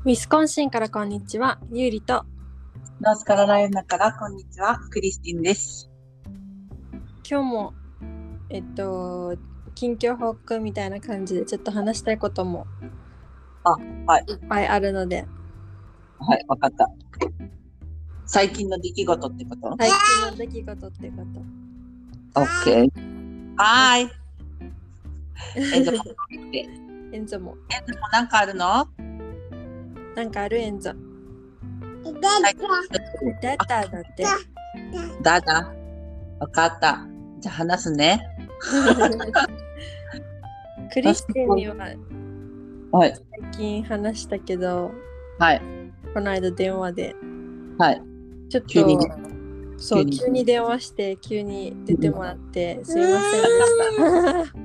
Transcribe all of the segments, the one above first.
ウィスコンシンからこんにちは、ゆうりと。 ノースカロライナからこんにちは、クリスティンです。 今日も近況報告みたいな感じでちょっと話したいこともいっぱいあるので、 はい、わかった。最近の出来事ってこと？ 最近の出来事ってこと。 オッケー。はーい。エンゾもエンゾもなんかあるの？ なんかある？エンゾだっただってだだ。わかった。じゃあ話すね。 クリスティンにははい。 最近話したけど、 はい。 この間電話で、 はい。 ちょっと急に急に電話して急に出てもらってすいませんでした。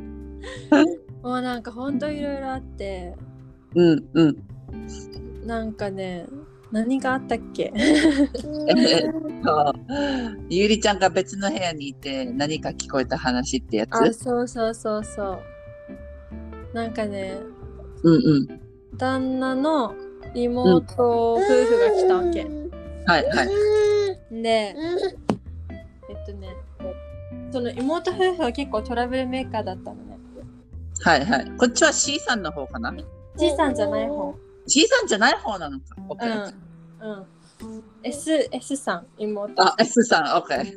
もうなんかほんといろいろあって、なんかね、何があったっけ？ ゆりちゃんが別の部屋にいて何か聞こえた話ってやつ？ あ、そう。なんかね、旦那の妹夫婦が来たわけ。 はいはい。 で、その妹夫婦は結構トラブルメーカーだったのね。 はいはい。こっちは C さんの方かな？ C さんじゃない方。 C さんじゃない方なのか。OK。 S さん、妹。 あ、S さん、OK。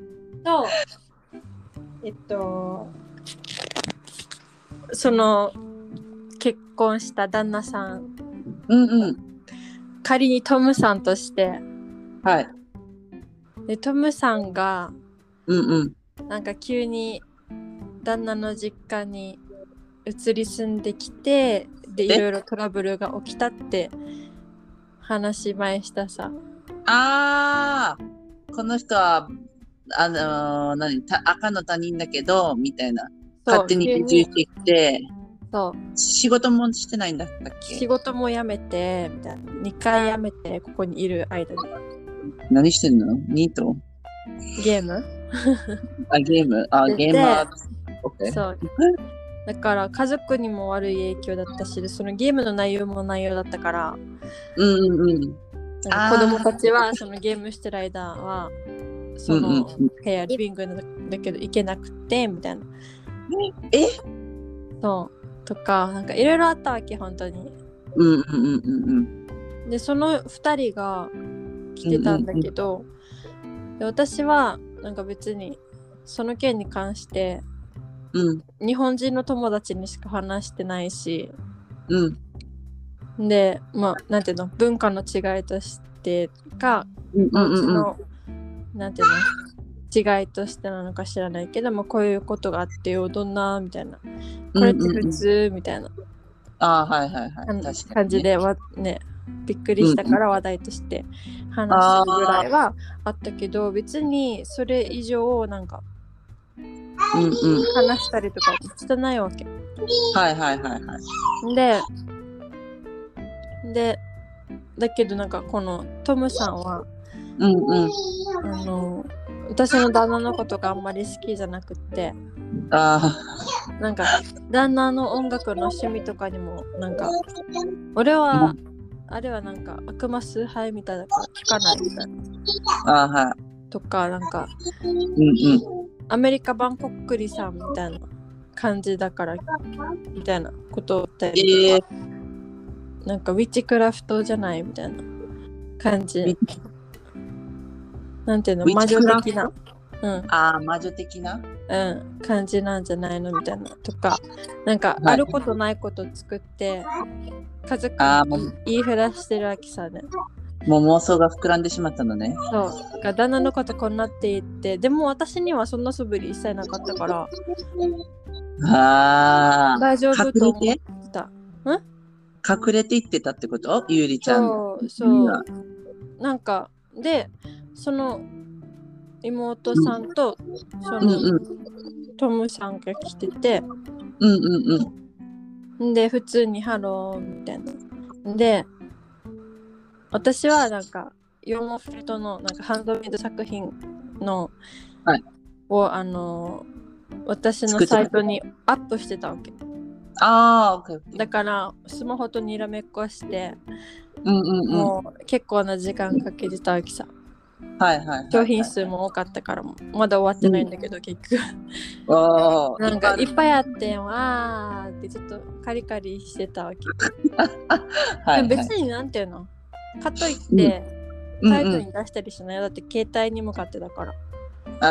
と、その結婚した旦那さん、仮にトムさんとして、 はい。 でトムさんが、なんか急に旦那の実家に移り住んできて、でいろいろトラブルが起きたって話し前したさ。 この人は赤の他人だけどみたいな、勝手に移住してきて、仕事もしてないんだったっけ？ 仕事も辞めてみたいな、2回辞めてここにいる間に何してんの？ニート？ ゲームゲームはそうだから家族にも悪い影響だったし、そのゲームの内容も内容だったから、子供たちはそのゲームしてる間はその部屋、リビングだけど行けなくてみたいな。そうとか、なんかいろいろあったわけ、本当に。でその2人が来てたんだけど、で私はなんか別にその件に関して、日本人の友達にしか話してないし、でなんていうの、文化の違いとしてか、うちのなんていうの違いとしてなのか知らないけども、こういうことがあってよ、どんなみたいな、これって普通みたいな感じでね、びっくりしたから話題として話すぐらいはあったけど、別にそれ以上なんか話したりとかしてないわけ。でだけどなんかこのトムさんは私の旦那のことがあんまり好きじゃなくって、なんか旦那の音楽の趣味とかにもなんか、俺はあれはなんか悪魔崇拝みたいだから聞かないみたいな、とか、なんかアメリカバンコクリさんみたいな感じだからみたいなことを言ったりとか、なんかウィッチクラフトじゃないみたいな感じ、なんていうの、魔女的な、 魔女的な、 感じなんじゃないのみたいなとか、なんかあることないこと作って家族に言いふらしてるわけさね。 もう妄想が膨らんでしまったのね。 そうが旦那のことこんなって言って、でも私にはそんな素振り一切なかったから、大丈夫と思ってた。 隠れて言ってたってこと？ゆりちゃん。 そうなんかで、その妹さんとそのトムさんが来てて、で普通にハローみたいな。で私はなんかヨモフェルトのなんかハンドメイド作品の、を私のサイトにアップしてたわけ。だからスマホとにらめっこして、 もう結構な時間かけてたわけさ。商品数も多かったからまだ終わってないんだけど、結局なんかいっぱいあってわーってちょっとカリカリしてたわけ別になんていうのかといってサイトに出したりしないよ。だって携帯に向かってだから。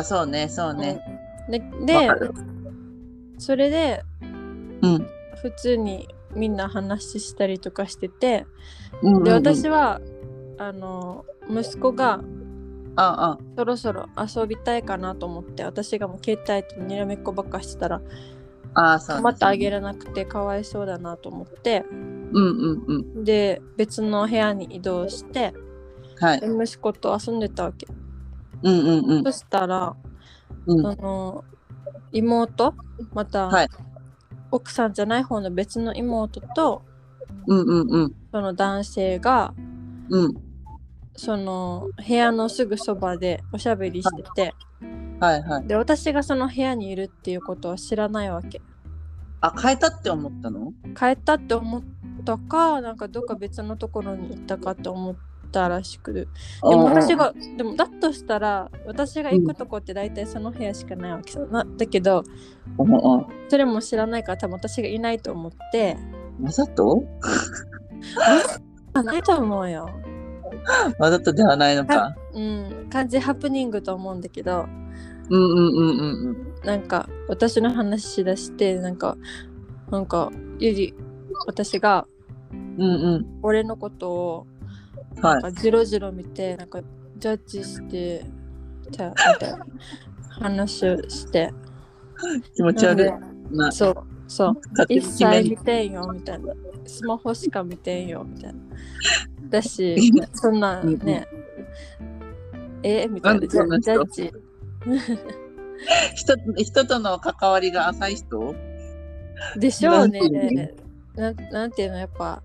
そうね。 でそれで、普通にみんな話したりとかしてて、で私は息子がそろそろ遊びたいかなと思って、私がもう携帯とにらめっこばっかしてたら構ってあげらなくてかわいそうだなと思って、で別の部屋に移動して、息子と遊んでたわけ。そしたら、妹また、奥さんじゃない方の別の妹と、その男性が、その部屋のすぐそばでおしゃべりしてて、で私がその部屋にいるっていうことは知らないわけ。 変えたって思ったの？ 変えたって思ったか、なんかどっか別のところに行ったかって思ったらしく、でもだとしたら私が行くとこって大体その部屋しかないわけだけど、それも知らないから多分私がいないと思って。 わざと？ ないと思うよ。 わざとではないのか。 感じハプニングと思うんだけど、なんか私の話しだして、なんか私が、俺のことをなんかジロジロ見て、なんかジャッジしてみたいな話をして気持ち悪い。 そう一切見てんよみたいな、スマホしか見てんよみたいなだし、そんなねみたいなジャッジ人との関わりが浅い人でしょうね。なんていうの、やっぱ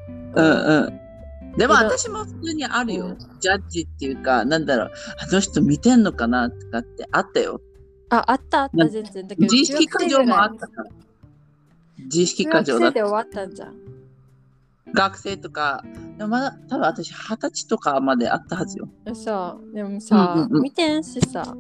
でも私も普通にあるよ、ジャッジっていうか、なんだろう、あの人見てんのかなとかってあったよ。 あった全然。だけど自意識過剰もあったから。自意識過剰だった。 学生で終わったんじゃん。 学生とか、でもまだ多分私20歳とかまであったはずよ。 でもさ、見てんしさ。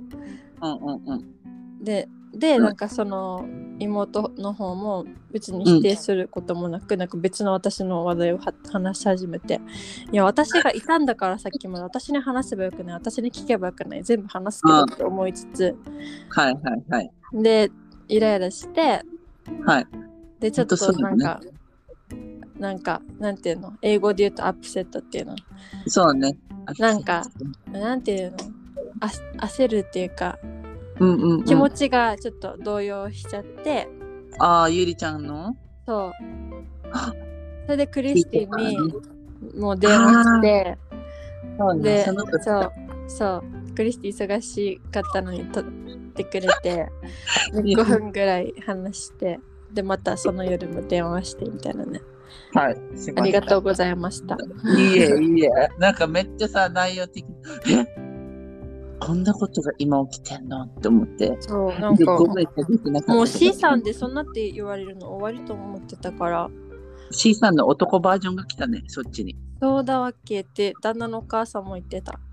でなんかその妹の方も別に否定することもなく、なんか別の私の話題を話し始めて、いや私がいたんだからさっきまで私に話せばよくない、私に聞けばよくない、全部話すけどって思いつつ、でイライラして、でちょっとなんかなんていうの、英語で言うとアップセットっていうの、 そうね、 なんかなんていうの、焦るっていうか、気持ちがちょっと動揺しちゃって、 ゆりちゃんのそれでクリスティにもう電話して、でそうクリスティ忙しかったのに取ってくれて5分ぐらい話して、でまたその夜も電話してみたいなね。ありがとうございました。 いいえなんかめっちゃさ、内容的にこんなことが今起きてんのって思って、 そうなんかもう C さんでそんなって言われるの終わりと思ってたから、 C さんの男バージョンが来たね、そっちに。 そうだわけって旦那のお母さんも言ってた。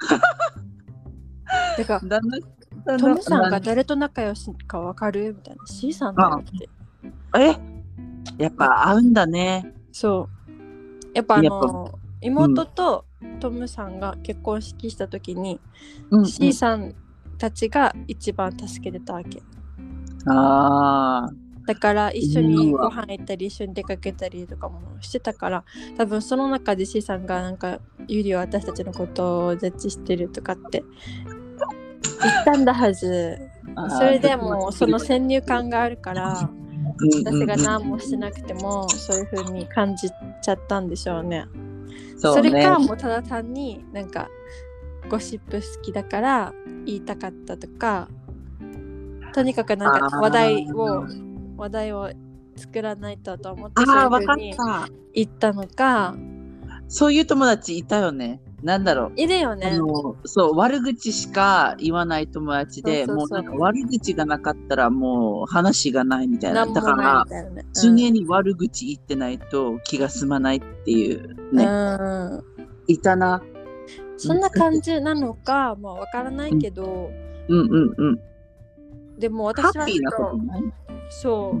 てかトムさんが誰と仲良しか分かるみたいな、 C さんだよって。 やっぱ合うんだね。 そうやっぱ妹とトムさんが結婚式した時に、C さんたちが一番助けてたわけ。だから一緒にご飯行ったり一緒に出かけたりとかもしてたから、多分その中で C さんがなんかユリは私たちのことをジャッジしてるとかって言ったんだはず。それでもその先入観があるから、私が何もしなくてもそういう風に感じちゃったんでしょうね。それかもうただ単になんかゴシップ好きだから言いたかったとか、とにかくなんか話題を作らないと思ってそういう風に言ったのか。 そういう友達いたよね。 なんだろう。 いるよね。 そう、悪口しか言わない友達で、もうなんか悪口がなかったらもう話がないみたいな。だから、常に悪口言ってないと気が済まないっていうね。いたな。 そんな感じなのか、まあわからないけど。でも私はハッピーなことない？ そう。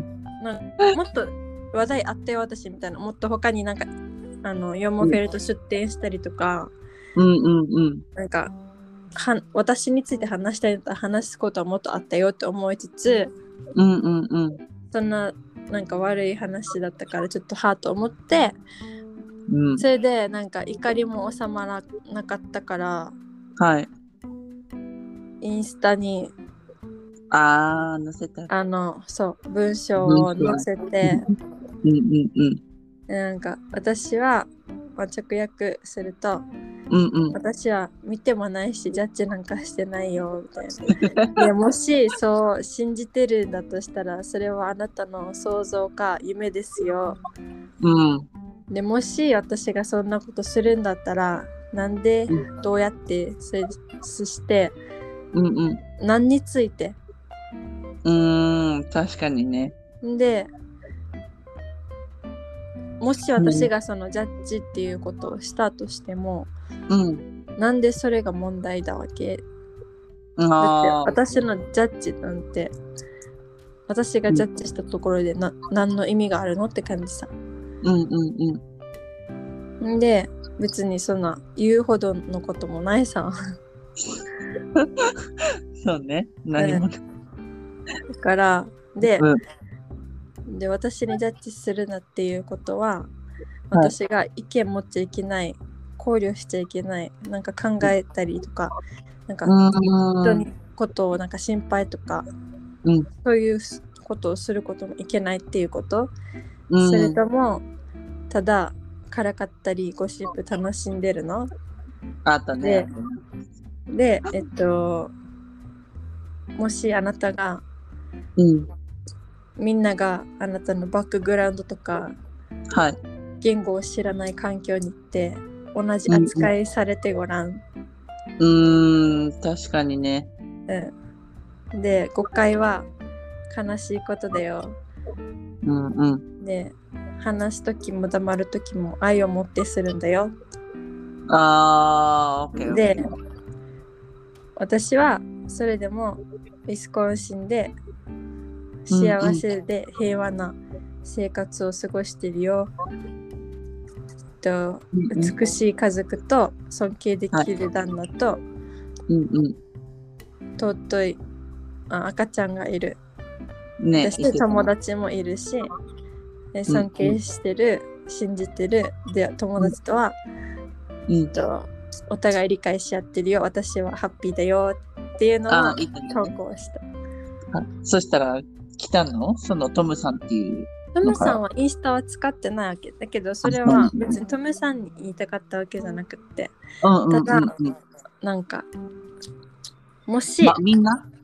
なんかもっと話題あったよ私みたいな。もっと他になんかヨモフェルト出店したりとか。なんか私について話したいと話すことはもっとあったよって思いつつ、そんななんか悪い話だったからちょっとハート思って、それでなんか怒りも収まらなかったから、インスタに載せたそう文章を載せて、なんか私は、直訳すると、私は見てもないしジャッジなんかしてないよみたいな。でもしそう信じてるんだとしたらそれはあなたの想像か夢ですよ。でもし私がそんなことするんだったらなんで、どうやってそして、何について確かにね。 でもし私がそのジャッジっていうことをしたとしても、なんでそれが問題だわけ？だって私のジャッジなんて私がジャッジしたところで何の意味があるのって感じさ。で別にそんな言うほどのこともないさ。 そうね。何も。だからで、私にジャッジするなっていうことは、私が意見持っちゃいけない、考慮しちゃいけない、なんか考えたりとか、なんか人のことをなんか心配とか、そういうことをすることもいけないっていうこと、それともただからかったりゴシップ楽しんでるの？ あったね。 でもしあなたが、みんながあなたのバックグラウンドとか、言語を知らない環境に行って同じ扱いされてごらん。 確かにね。 で誤解は悲しいことだよ。で話すときも黙るときも愛を持ってするんだよ。で私はそれでもウィスコンシンで幸せで平和な生活を過ごしてるよ。美しい家族と尊敬できる旦那と、尊い赤ちゃんがいる。友達もいるし、尊敬してる、信じてるで友達とは、お互い理解し合ってるよ。私はハッピーだよっていうのを投稿した。 そしたら来たの？そのトムさんっていう。 トムさんはインスタは使ってないわけだけど、それは別にトムさんに言いたかったわけじゃなくて、ただなんかもし、 みんな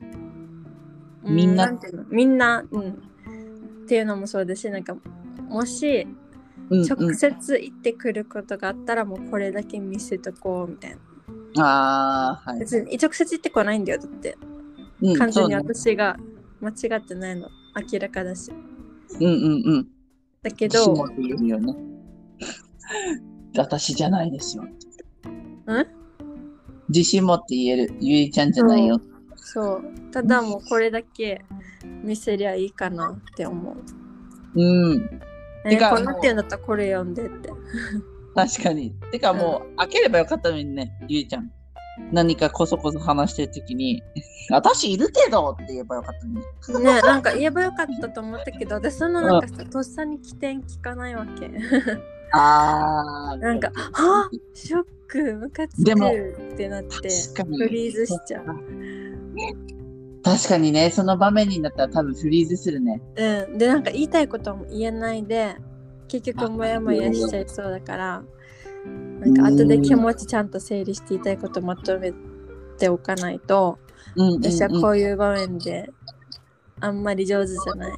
っていうのもそうだし、なんかもし直接行ってくることがあったらもうこれだけ見せとこうみたいな。別に直接行ってこないんだよ。だって完全に私が間違ってないの明らかだし。だけど私じゃないですよ。自信持って言える。ゆいちゃんじゃないよ。 そう。ただもうこれだけ見せりゃいいかなって思う。こうなってんだったらこれ読んでって。 確かに。てかもう開ければよかったのにね、ゆいちゃん。何かこそこそ話してるときに私いるけどって言えばよかったね。なんか言えばよかったと思ったけど、私そのなんかさ、とっさに起点聞かないわけ。なんかショックムカつくってなってフリーズしちゃう。 確かにね、その場面になったら多分フリーズするね。 でなんか言いたいことも言えないで結局モヤモヤしちゃいそうだから、なんか後で気持ちちゃんと整理して言いたいことまとめておかないと、私はこういう場面であんまり上手じゃない。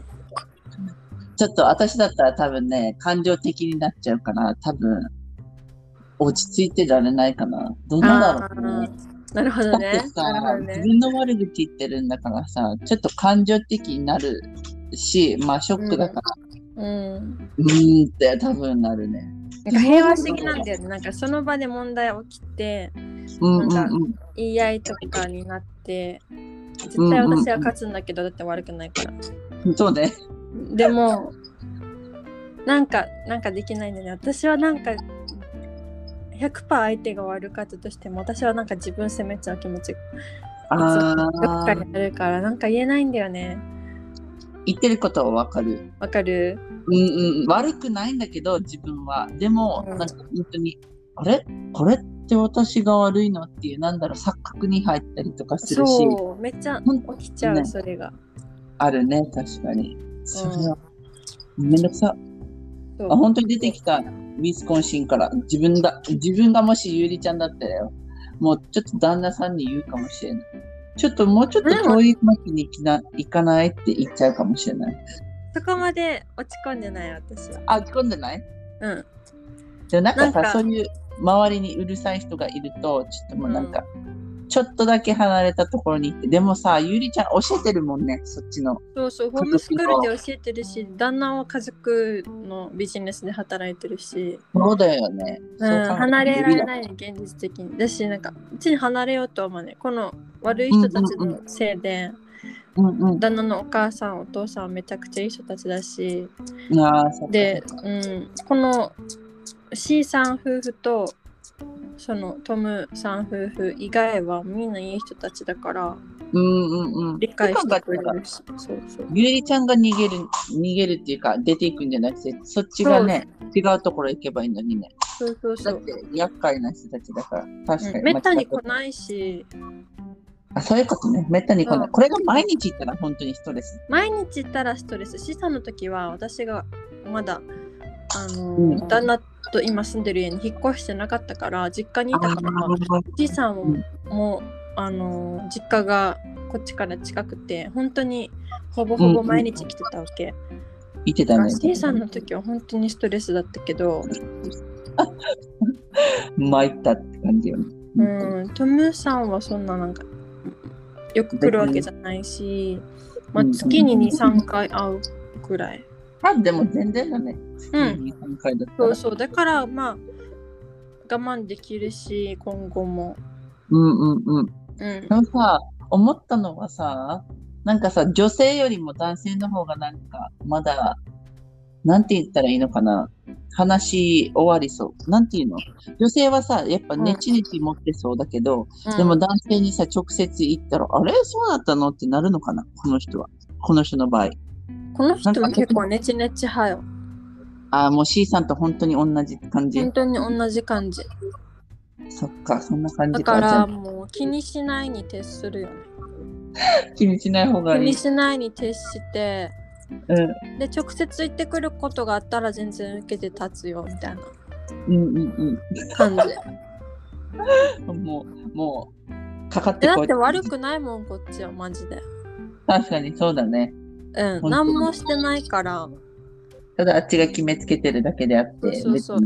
ちょっと私だったら多分ね、感情的になっちゃうから多分落ち着いてられないかな。どうなんだろうね。 なるほどね。 だってさ、自分の悪口言ってるんだからさ、ちょっと感情的になるし、まあショックだから、って多分なるね。 なんか平和的なんだよね。なんかその場で問題起きて、なんか言い合いとかになって、絶対私は勝つんだけど、だって悪くないから。 そうね。 でも、なんかできないんだよね。私はなんか、100% 相手が悪かったとしても、私はなんか自分責めちゃう気持ちがどっかにあるから、なんか言えないんだよね。 言ってることはわかる。 わかる？ 悪くないんだけど、自分は。でも、なんか本当に、あれこれって私が悪いのっていう、なんだろう、錯覚に入ったりとかするし。 そう、めっちゃ起きちゃう、それが。 あるね、確かに。それは、めんどくさ。本当に出てきた、ウィスコンシンから。自分がもしゆりちゃんだったらよ。もうちょっと旦那さんに言うかもしれない。もうちょっと遠い町に行かないって言っちゃうかもしれない。 そこまで落ち込んでない、私は。 落ち込んでない？ うん。 でなんかさ、そういう周りにうるさい人がいると、ちょっともうなんか、ちょっとだけ離れたところに行って、でもさ、ゆりちゃん教えてるもんね、そっちの。 そう、ホームスクールで教えてるし、旦那は家族のビジネスで働いてるし。 そうだよね。 離れられない、現実的に。だし、なんか、うちに離れようと思うね。この悪い人たちのせいで、旦那のお母さん、お父さんはめちゃくちゃいい人たちだし。で、この C さん夫婦と、そのトムさん夫婦以外はみんないい人たちだから、理解してくれるし。 ゆりちゃんが逃げるっていうか出ていくんじゃなくて、そっちがね、違うところ行けばいいのにね。だって厄介な人たちだから、確かに。 めったに来ないし。 そういうことね。めったに来ない。これが毎日行ったら本当にストレス。 毎日行ったらストレス。資産の時は私がまだ旦那と今住んでる家に引っ越してなかったから実家にいたから、じいさんも実家がこっちから近くて本当にほぼ毎日来てたわけ。 いてたね。 じいさんの時は本当にストレスだったけど参ったって感じよね。 トムさんはそんななんかよく来るわけじゃないし、月に 2,3 回会うくらい。 でも全然だね。 そうだからまあ我慢できるし今後も。 でもさ、思ったのはさ、なんかさ、女性よりも男性の方がなんかまだなんて言ったらいいのかな、話終わりそう。なんていうの、女性はさ、やっぱネチネチ持ってそうだけど、でも男性にさ直接言ったら、あれそうだったのってなるのかな、この人の場合。 この人は結構ネチネチ派よ。 もう C さんと本当に同じ感じ。 本当に同じ感じ。 そっか、そんな感じか。 だからもう気にしないに徹するよね。 気にしない方がいい。 気にしないに徹して、で直接言ってくることがあったら全然受けて立つよみたいな感じ。 もうかかってこい。 だって悪くないもんこっちはマジで。 確かにそうだね。 何もしてないから。 ただあっちが決めつけてるだけであって。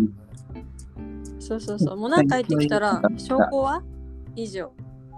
そうもう何か言ってきたら証拠は以上。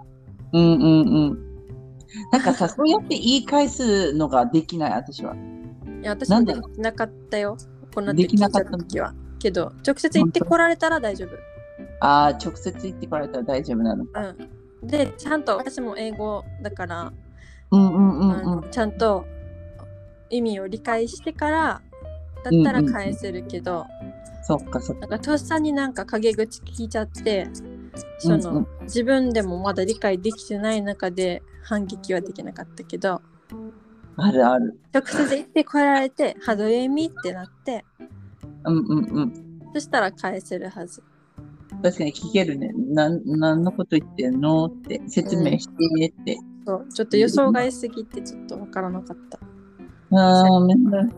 なんかさ、そうやって言い返すのができない、私は。 いや、私もできなかったよ。こんなできなかった時は。けど、直接言ってこられたら大丈夫。 直接言ってこられたら大丈夫なの。 で、ちゃんと私も英語だから、ちゃんと意味を理解してからだったら返せるけど、 そっか。 なんかとっさになんか陰口聞いちゃって、自分でもまだ理解できてない中で反撃はできなかったけど、 ある直接言ってこられてどういう意味ってなって、そしたら返せるはず。 確かに聞けるね。何のこと言ってんのって説明してって、 そうちょっと予想外すぎてちょっと分からなかった。 めんどい。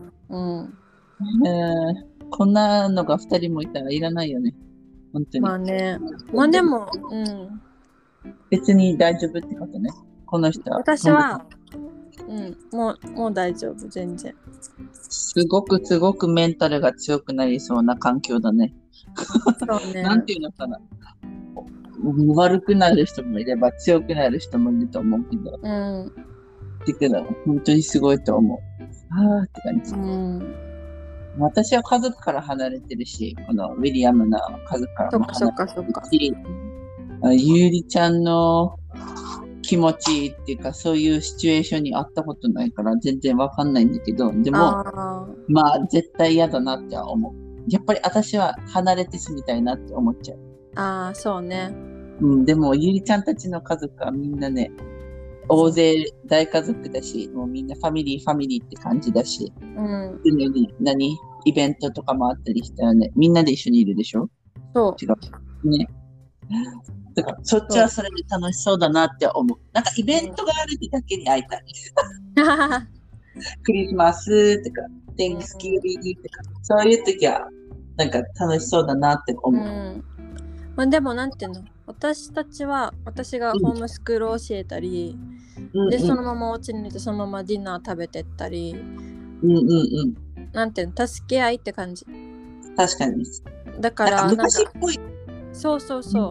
こんなのが2人もいたらいらないよね。本当に。 まあね。まあでも、 別に大丈夫ってことね。この人は。 私は、もう大丈夫、全然。 すごくメンタルが強くなりそうな環境だね。 そうね。 なんていうのかな。悪くなる人もいれば強くなる人もいると思うけど。 うん。 だけど、本当にすごいと思う。ああって感じ。 うん。 私は家族から離れてるし、このウィリアムの家族からも離れてるし、ゆうりちゃんの気持ちっていうか、そういうシチュエーションにあったことないから全然わかんないんだけど、でも、まあ絶対嫌だなって思う。やっぱり私は離れて住みたいなって思っちゃう。 ああ、そうね。 うん、でもゆりちゃんたちの家族はみんなね、大勢大家族だし、もうみんなファミリーって感じだし、 うん。 常にイベントとかもあったりしたらね、みんなで一緒にいるでしょ？ そう。 違う。ね。だからそっちはそれで楽しそうだなって思う。なんかイベントがある日だけに会いたい。クリスマスとか、天気スキービーとか、そういう時はなんか楽しそうだなって思う。 まあ、でもなんていうの、私たちは私がホームスクールを教えたり、でそのままお家にいてそのままディナー食べてったり、なんていうの、助け合いって感じ。 確かに。 だからなんか昔っぽい。 そう、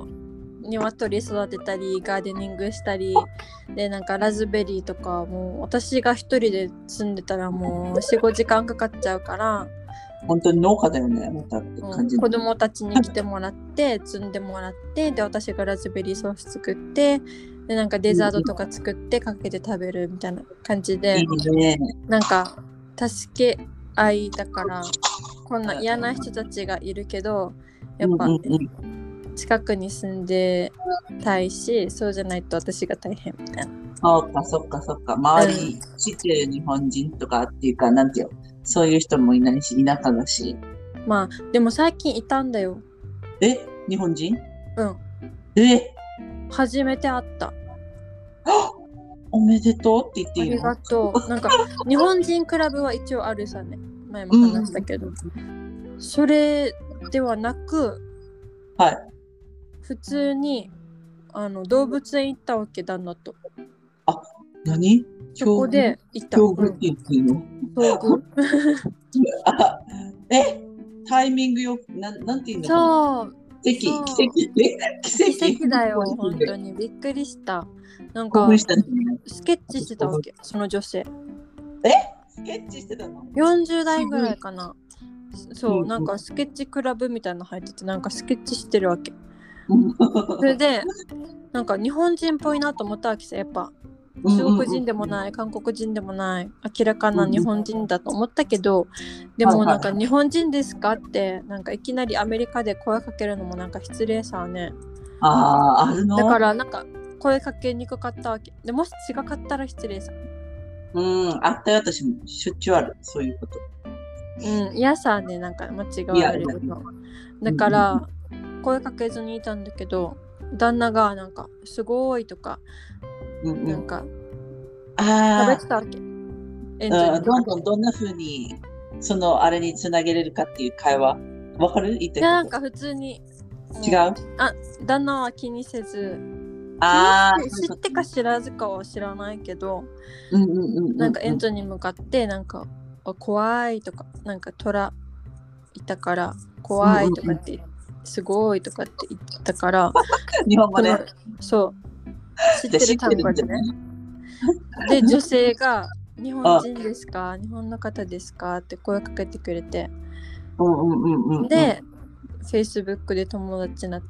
鶏育てたりガーデニングしたりで、なんかラズベリーとかもう私が一人で住んでたらもう 4,5 時間かかっちゃうから、 本当に農家だよね、またって感じ、 子供たちに来てもらって摘んでもらって、で私がラズベリーソース作って、でなんかデザートとか作ってかけて食べるみたいな感じで、なんか助け合いだから、こんな嫌な人たちがいるけどやっぱ、近くに住んでたいし、そうじゃないと私が大変みたいな。 そっか。周り知ってる日本人とかっていうか、なんていう、そういう人もいないし、田舎だし。 まあ、でも最近いたんだよ。 日本人？ うん。 初めて会った。 おめでとうって言っていいの？ ありがとう。なんか、日本人クラブは一応あるさね。前も話したけど。それではなく、 はい。 普通に動物園行ったわけ、旦那と。 何？ そこで行った。 境遇って言っていいの？タイミングよく、なんていうの？ そう。 奇跡だよ、本当に。びっくりした。なんか、スケッチしてたわけ、その女性。 スケッチしてたの ？40代ぐらいかな。そう、なんかスケッチクラブみたいなの入ってて、なんかスケッチしてるわけ。それで、なんか日本人っぽいなと思ったわけさ、やっぱ。中国人でもない韓国人でもない明らかな日本人だと思ったけど、でもなんか日本人ですかってなんかいきなりアメリカで声かけるのもなんか失礼さね。 あるの？ だからなんか声かけにくかったわけで、もし違かったら失礼さ。 あったよ、私もしょっちゅうある、そういうこと。 嫌さね、なんか間違われるの。だから声かけずにいたんだけど、旦那がなんかすごいとかなんか食べてたわけ。 どんな風にそのあれにつなげれるかっていう会話わかる？言ってること。 なんか普通に違う？ 旦那は気にせず、知ってか知らずかは知らないけど、なんかエントに向かってなんか怖いとか、なんか虎いたから怖いとかって、すごいとかって言ったから日本語で知ってる単語でね。で女性が日本人ですか、日本の方ですかって声かけてくれて、で Facebook で友達になって、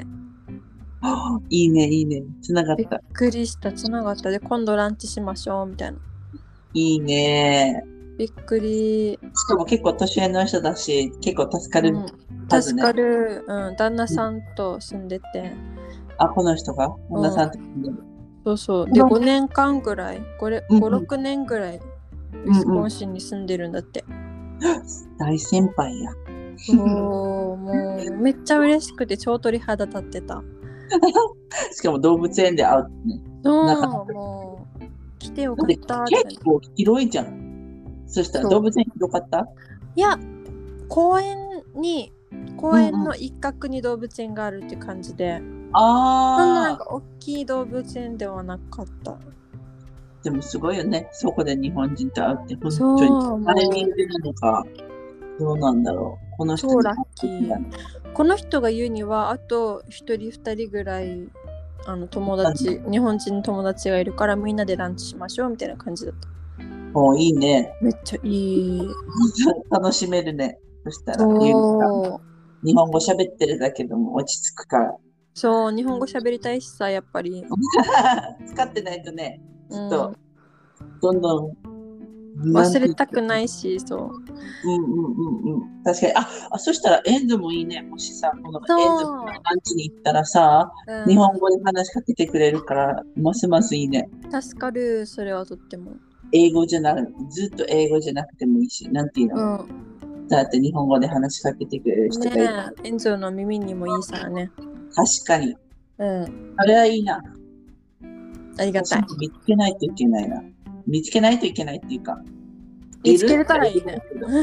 いいねつながった。びっくりした、つながった。で今度ランチしましょうみたいな。 いいね。 びっくり。 しかも結構年上の人だし結構助かる、 助かる。旦那さんと住んでて、 この人が旦那さんと住んでる。 そうで5年間ぐらい5,6 年ぐらいウィスコンシンに住んでるんだって。 大先輩や。 もうめっちゃ嬉しくて超鳥肌立ってた。 しかも動物園で会うね。 もう来てよかったって。 結構広いじゃん。そしたら動物園広かった？ いや、公園の一角に動物園があるって感じで、なんか大きい動物園ではなかった。 でもすごいよね、そこで日本人と会うって。本当にタイミングなのかどうなんだろう。この人に会っこの人が言うにはあと1人2人ぐらい友達、日本人の友達がいるからみんなでランチしましょうみたいな感じだった。 おいいね。 めっちゃいい。 楽しめるね。そしたら日本語喋ってるだけでも落ち着くから。 そう、日本語喋りたいしさ、やっぱり。 使ってないとね、ちょっと、どんどん忘れたくないし、そう。 確かに。そしたらエンドもいいね。もしさ、このエンドのランチに行ったらさ、日本語で話しかけてくれるから、ますますいいね。 助かる、それはとっても。 英語じゃなく、ずっと英語じゃなくてもいいし、なんていうの、だって日本語で話しかけてくれる人がいる。 エンゾの耳にもいいさね。 確かに。あれはいいな。 ありがたい。 見つけないといけないな。見つけないといけないっていうか。 見つけれたらいいね。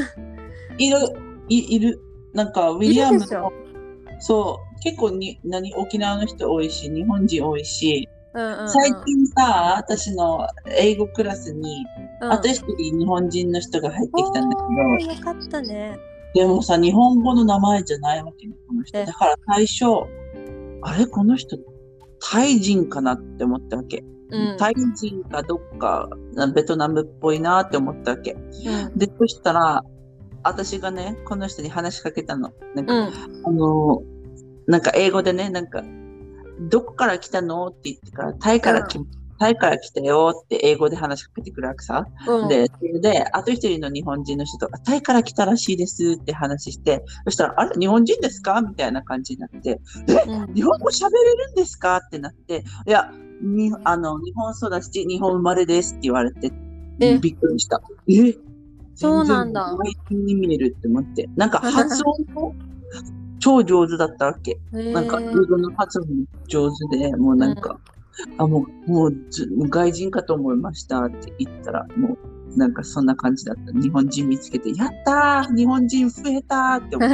いる。なんか、ウィリアムの、そう、結構沖縄の人多いし、日本人多いし、最近さ、私の英語クラスに、あと一人日本人の人が入ってきたんだけど。よかったね。 でもさ、日本語の名前じゃないわけね、この人。だから最初、あれこの人、タイ人かなって思ったわけ。タイ人かどっかベトナムっぽいなって思ったわけ。で、そしたら、私がね、この人に話しかけたの。なんか英語でね、なんか、どこから来たのって言ってから、タイから来たよって英語で話しかけてくるわけさ。で、それで、あと一人の日本人の人が、タイから来たらしいですって話して、そしたら、あれ日本人ですかみたいな感じになって、日本語喋れるんですかってなって、いや、日本育ち、日本生まれですって言われて、びっくりした。 そうなんだ。 外人に見えるって思って。なんか発音も超上手だったわけ。なんか、英語の発音も上手で、もうなんか、もう外人かと思いましたって言ったら、もうなんかそんな感じだった。日本人見つけて、やったー日本人増えたーって思って。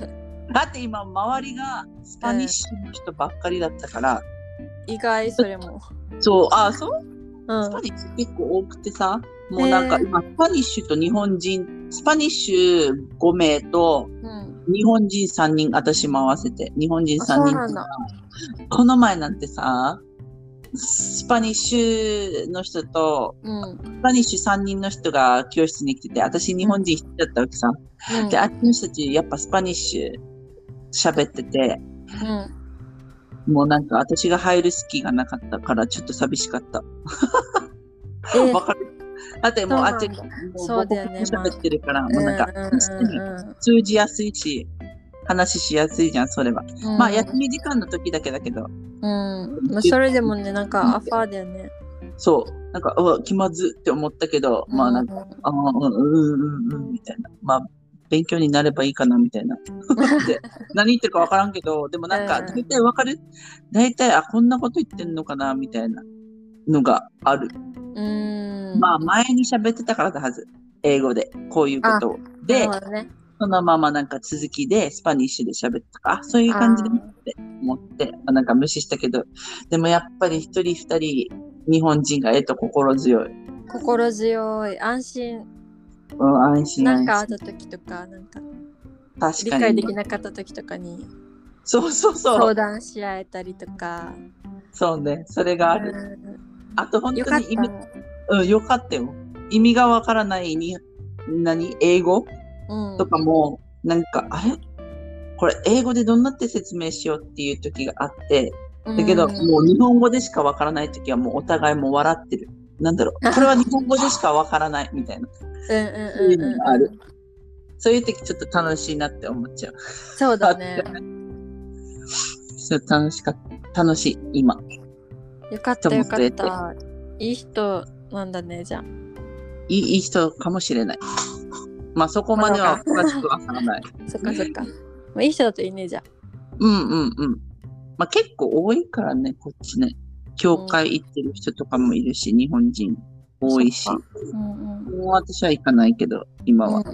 だって今、周りがスパニッシュの人ばっかりだったから。 意外、それも。 そう、そうスパニッシュ結構多くてさ、もうなんか今、スパニッシュと日本人、スパニッシュ5名と、日本人3人、私も合わせて、日本人3人。この前なんてさ、スパニッシュの人と、スパニッシュ3人の人が教室に来てて、私日本人1人だったわけさ。で、あっちの人たちやっぱスパニッシュ喋ってて、もうなんか私が入る隙がなかったからちょっと寂しかった。わかる？だってもうあっちもう僕も喋ってるから、もうなんか通じやすいし、話しやすいじゃん、それは。まあ休み時間の時だけだけど。 それでもね、なんかアファーだよね。 そう。なんか、気まずって思ったけど、まあなんか、みたいな。まあ、勉強になればいいかな、みたいな。で何言ってるかわからんけど、でもなんか、大体わかる？大体、こんなこと言ってんのかな、みたいなのがある。まあ、前に喋ってたからだはず。英語で、こういうことを。で、そのままなんか続きでスパニッシュで喋ったか、そういう感じで思って、なんか無視したけど、でもやっぱり一人二人日本人が心強い。 心強い。安心。 安心。 なんかあった時とか、なんか確かに理解できなかった時とかに、 そう。 相談し合えたりとか。 そうね、それがある。あと本当によかったよ。意味がわからない英語とかも、なんか、あれこれ英語でどんなって説明しようっていう時があって、だけど、もう日本語でしかわからない時はもうお互いも笑ってる。なんだろう、これは日本語でしかわからないみたいな。そういうのがある。そういう時ちょっと楽しいなって思っちゃう。 そうだね。 そう、楽しい、今。 よかった。いい人なんだね、じゃあ。 いい人かもしれない。まあそこまでは詳しくわからない。 そっか。まあ、いい人だといいね、じゃあ。 まあ結構多いからね、こっちね。教会行ってる人とかもいるし、日本人多いし。もう私は行かないけど、今は。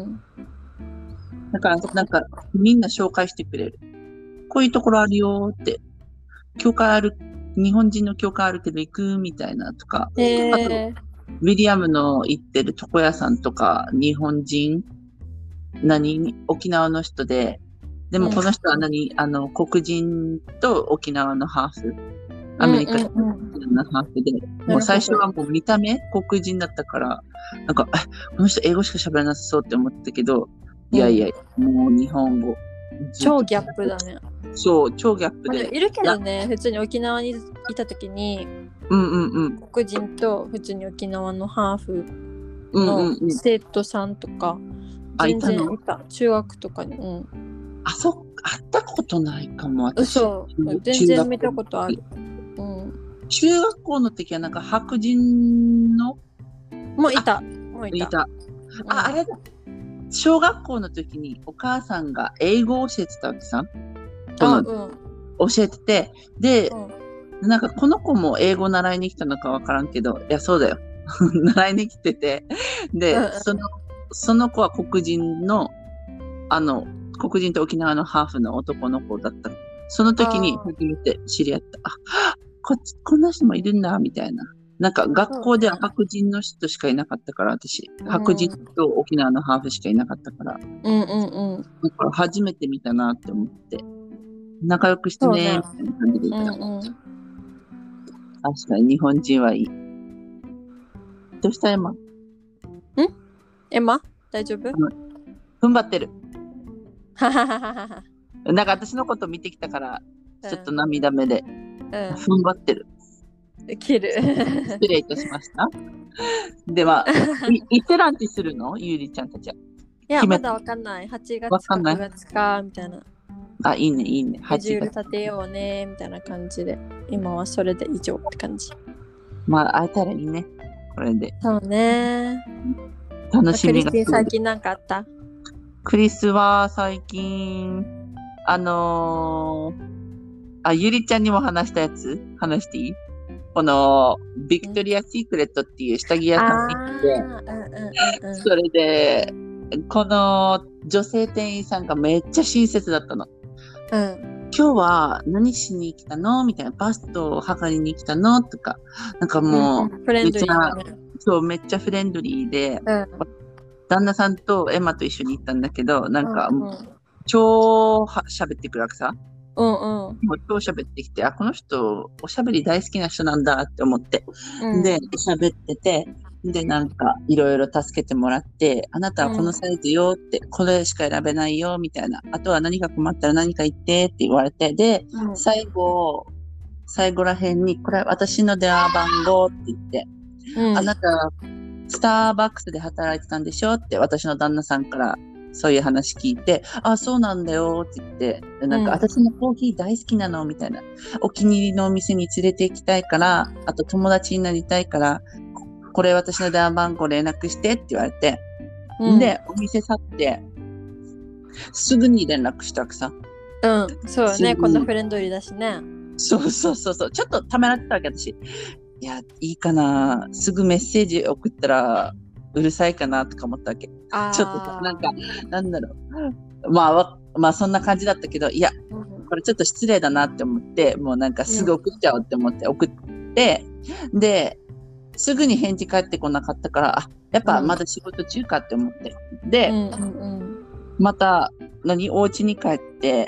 だから、なんか、みんな紹介してくれる。こういうところあるよって。日本人の教会あるけど行くみたいなとか。あと、ウィリアムの行ってる床屋さんとか、日本人、沖縄の人で、 でもこの人は黒人と沖縄のハーフ。アメリカ人のハーフで、もう最初はもう見た目黒人だったから、なんか、この人英語しか喋らなさそうって思ったけど、いやいや、もう日本語。 超ギャップだね。 そう、超ギャップで。 いるけどね、普通に沖縄にいた時に、黒人と普通に沖縄のハーフの生徒さんとか、全然いた。中学とかに。 あ、会ったことないかも、私。 そう、全然見たことある。 中学校の時はなんか白人のもういた。 あれだ。小学校の時にお母さんが英語を教えてたわけさ。教えてて、で、なんかこの子も英語習いに来たのかわからんけど、いや、そうだよ。習いに来てて、で、その子は黒人と沖縄のハーフの男の子だった。その時に初めて知り合った。こんな人もいるんだ、みたいな。なんか学校では白人の人しかいなかったから、私。白人と沖縄のハーフしかいなかったから。だから初めて見たなって思って。仲良くしてね、みたいな感じで言った。確かに日本人はいい。どうしたエマ？ エマ？大丈夫？ 踏ん張ってる。なんか私のこと見てきたから、ちょっと涙目で。踏ん張ってる。 切る。 失礼いたしました。では、いつランチするの？ゆうりちゃんたちは。 いや、まだわかんない。8月か9月か、みたいな。 あ、いいね、いいね。 スケジュール立てようね、みたいな感じで。今はそれで以上って感じ。 まあ、会えたらいいね。これで。 そうね。 楽しみが。 クリス最近なんかあった？ クリスは最近、ゆりちゃんにも話したやつ話していい？このビクトリア・シークレットっていう下着屋さんに行って、それでこの女性店員さんがめっちゃ親切だったの。今日は何しに来たのみたいな、バストを測りに来たのとか、なんかもう、 フレンドリーね。 そう、めっちゃフレンドリーで、旦那さんとエマと一緒に行ったんだけど、なんか、超喋ってくるわけさ。もう超喋ってきて、この人、おしゃべり大好きな人なんだって思って。で、喋ってて、で、なんか、いろいろ助けてもらって、あなたはこのサイズよって、これしか選べないよ、みたいな。あとは何か困ったら何か言ってって言われて、で、最後らへんに、これ私の電話番号って言って、あなた、スターバックスで働いてたんでしょって、私の旦那さんからそういう話聞いて、そうなんだよって言って、なんか、私のコーヒー大好きなのみたいな。お気に入りのお店に連れて行きたいから、あと友達になりたいから、これ私の電話番号連絡してって言われて、で、お店去って、すぐに連絡したわけさ。 そうね、こんなフレンドリーだしね。 そう。ちょっとためらってたわけ、私。いや、いいかな。すぐメッセージ送ったら、うるさいかなとか思ったわけ。ちょっとなんか、なんだろう。まあそんな感じだったけど、いや、これちょっと失礼だなって思って、もうなんかすぐ送っちゃおうって思って送って、で、すぐに返事返ってこなかったから、やっぱまだ仕事中かって思って。で、また、お家に帰って、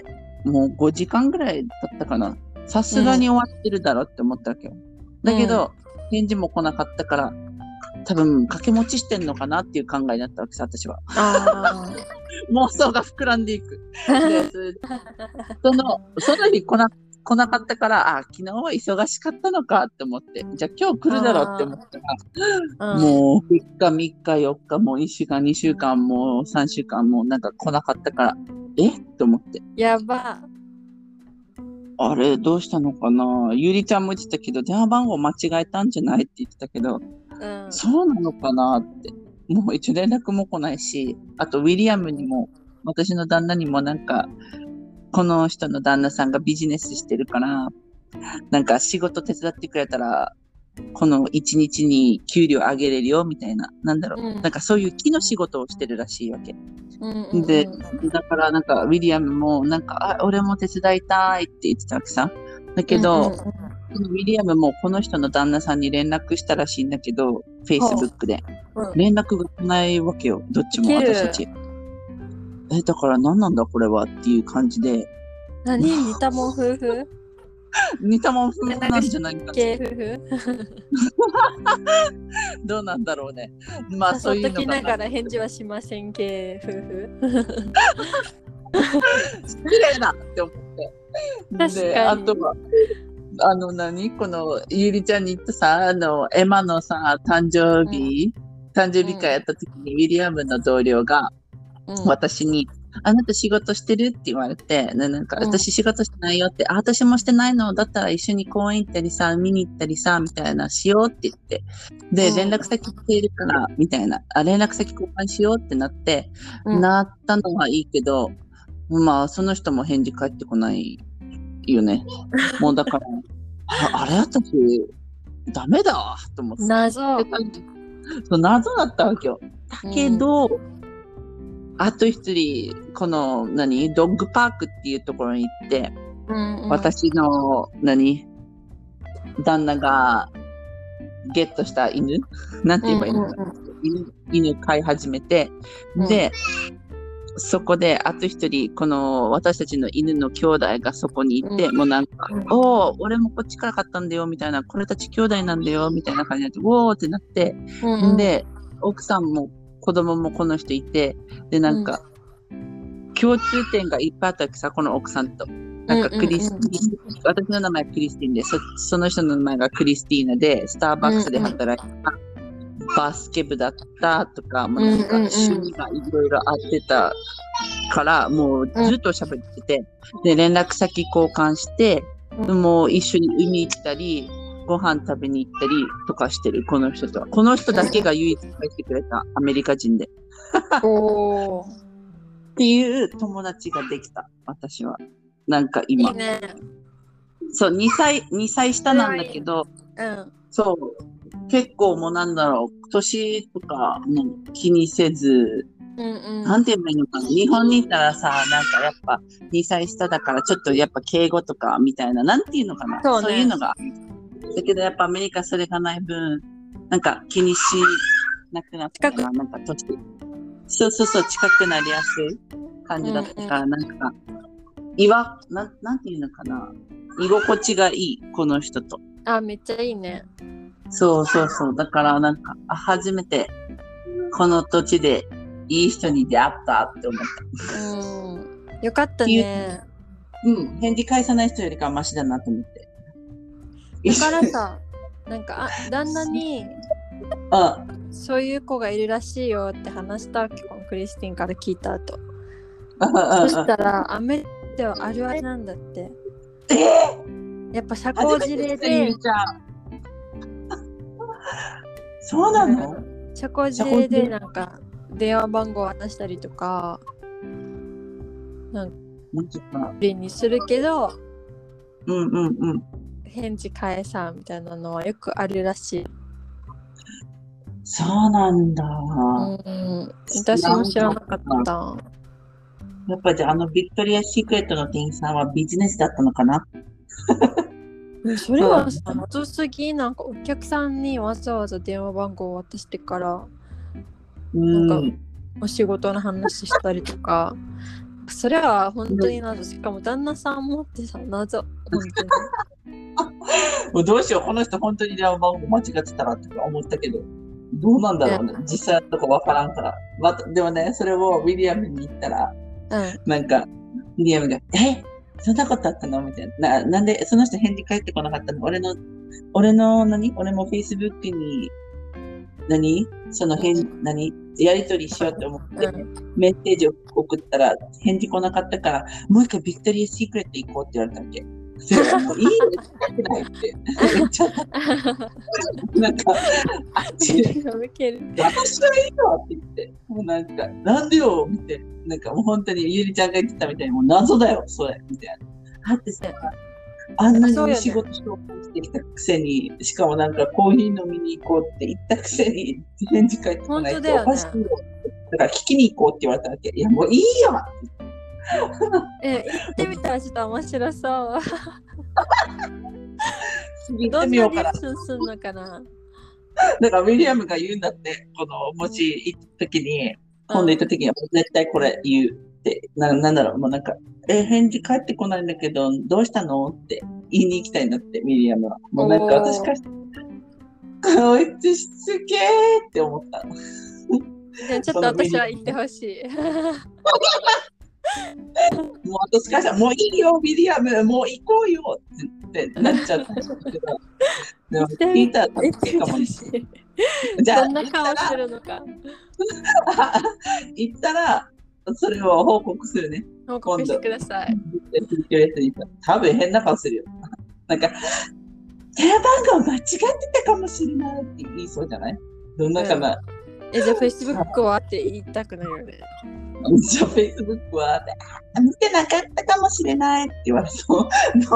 もう5時間ぐらい経ったかな。さすがに終わってるだろって思ったわけよ。だけど、返事も来なかったから、多分掛け持ちしてんのかなっていう考えだったわけさ、私は。妄想が膨らんでいく。でその日来なかったから、昨日は忙しかったのかって思って、じゃあ今日来るだろうって思ったら、もう2日、3日、4日、もう1週間、2週間、もう3週間、もうなんか来なかったから、って思って。 やば。 あれ、どうしたのかな？ゆりちゃんも言ってたけど、電話番号間違えたんじゃないって言ってたけど、そうなのかなって。もう一応連絡も来ないし、あとウィリアムにも、私の旦那にもなんか、この人の旦那さんがビジネスしてるから、なんか仕事手伝ってくれたら、この1日に給料上げれるよみたいな、なんだろう、なんかそういう木の仕事をしてるらしいわけ。で、だからなんかウィリアムもなんか、俺も手伝いたいって言ってたわけさ。だけど、ウィリアムもこの人の旦那さんに連絡したらしいんだけど、Facebook で。連絡が来ないわけよ、どっちも私たち。 だから何なんだこれはっていう感じで。 何似たもん夫婦似たもん夫婦なんじゃないか。 系夫婦どうなんだろうね。まあそういうの誘っときながら返事はしません系夫婦失礼だって思って。 確かに。 であとはこのゆりちゃんに言ったさ、エマのさ、誕生日会やった時に、ウィリアムの同僚が、私に、あなた仕事してるって言われて、なんか、私仕事してないよって、私もしてないのだったら一緒に公園行ったりさ、見に行ったりさ、みたいな、しようって言って、で、連絡先来ているから、みたいな、連絡先交換しようってなって、なったのはいいけど、まあ、その人も返事返ってこないよね。もうだから、あれ私、ダメだと思って。謎だったわけよ。だけど、あと一人、この、ドッグパークっていうところに行って、私の、旦那がゲットした犬なんて言えばいいのかな、犬飼い始めて、で、そこで、あと一人、この私たちの犬の兄弟がそこにいて、もうなんか、俺もこっちから買ったんだよ、みたいな、これたち兄弟なんだよ、みたいな感じになって、おーってなって、で、奥さんも子供もこの人いて、で、なんか、共通点がいっぱいあったわけさ、この奥さんと。なんかクリスティーン、私の名前クリスティンで、その人の名前がクリスティーナで、スターバックスで働いた。バスケ部だったとか、もうなんか趣味がいろいろあってたから、もうずっと喋ってて、で、連絡先交換して、もう一緒に海行ったり、ご飯食べに行ったりとかしてる、この人とは。この人だけが唯一帰ってくれたアメリカ人で。っていう友達ができた、私は。なんか今。いいね。そう、2歳下なんだけど、そう。結構もうなんだろう、年とかも気にせず、なんて言えばいいのかな。日本にいたらさ、なんかやっぱ2歳下だからちょっとやっぱ敬語とかみたいな、なんて言うのかな。そういうのが。だけどやっぱアメリカそれがない分、なんか気にしなくなったから、なんか年。そう近くなりやすい感じだったから、なんか、なんて言うのかな。居心地がいい、この人と。 めっちゃいいね。 そう。だからなんか、初めてこの土地でいい人に出会ったって思った。 よかったね。 返事返さない人よりかはマシだなと思って。 だからさ、なんか旦那にそういう子がいるらしいよって話したわけ、このクリスティンから聞いた後。そしたらアメリカではあるあるなんだって。やっぱ社交辞令で。 そうなの？ 社交辞令でなんか電話番号渡したりとかなんかにするけど、返事返さんみたいなのはよくあるらしい。 そうなんだ。 私も知らなかった。 やっぱりビクトリア・シークレットの店員さんはビジネスだったのかな？ それはさ、謎すぎ。なんかお客さんにわざわざ電話番号を渡してから、なんかお仕事の話したりとか、それは本当に謎。しかも旦那さんもってさ、謎。本当にもうどうしよう、この人本当に電話番号間違ってたらって思ったけど、どうなんだろうね。実際のとこわからんから。でもね、それをウィリアムに言ったら、なんか、ウィリアムが、そんなことあったのみたいな。なんで、その人返事返ってこなかったの？俺も Facebook に、やりとりしようって思って、メッセージを送ったら、返事来なかったから、もう一回ビクトリア・シークレット行こうって言われたわけ。もういいねってないって言っちゃった。なんか、私はいいわって言って、もうなんか、なんでよみたいな。なんかもう本当にゆりちゃんが言ってたみたいに、もう謎だよ、それみたいな。だってさ、あんなに仕事紹介してきたくせに、しかもなんかコーヒー飲みに行こうって言ったくせに、返事返ってこないっておかしいよ。だから聞きに行こうって言われたわけ。いや、もういいよ行ってみたらちょっと面白そう。 行ってみようかな。 どんなリアクションすんのかな。 だからウィリアムが言うんだって、もし行った時に、今度行った時には絶対これ言う。 て、なんだろう、もうなんか、返事返ってこないんだけど、どうしたのって言いに行きたいなって、ミリアムは。もうなんか私から、こいつしつけーって思った。 ちょっと私は言ってほしい。 もう私からしたら、もういいよ、ミリアム、もう行こうよってなっちゃったけど。でも聞いたら言ってほしい。 じゃあどんな顔するのか。 言ったら、それを報告するね。 報告してください。 多分変な顔するよ。なんか、電話番号間違ってたかもしれないって言いそうじゃない？どんなかな？ じゃあ Facebook はって言いたくないよね。 じゃあ Facebook は見てなかったかもしれないって言われそう。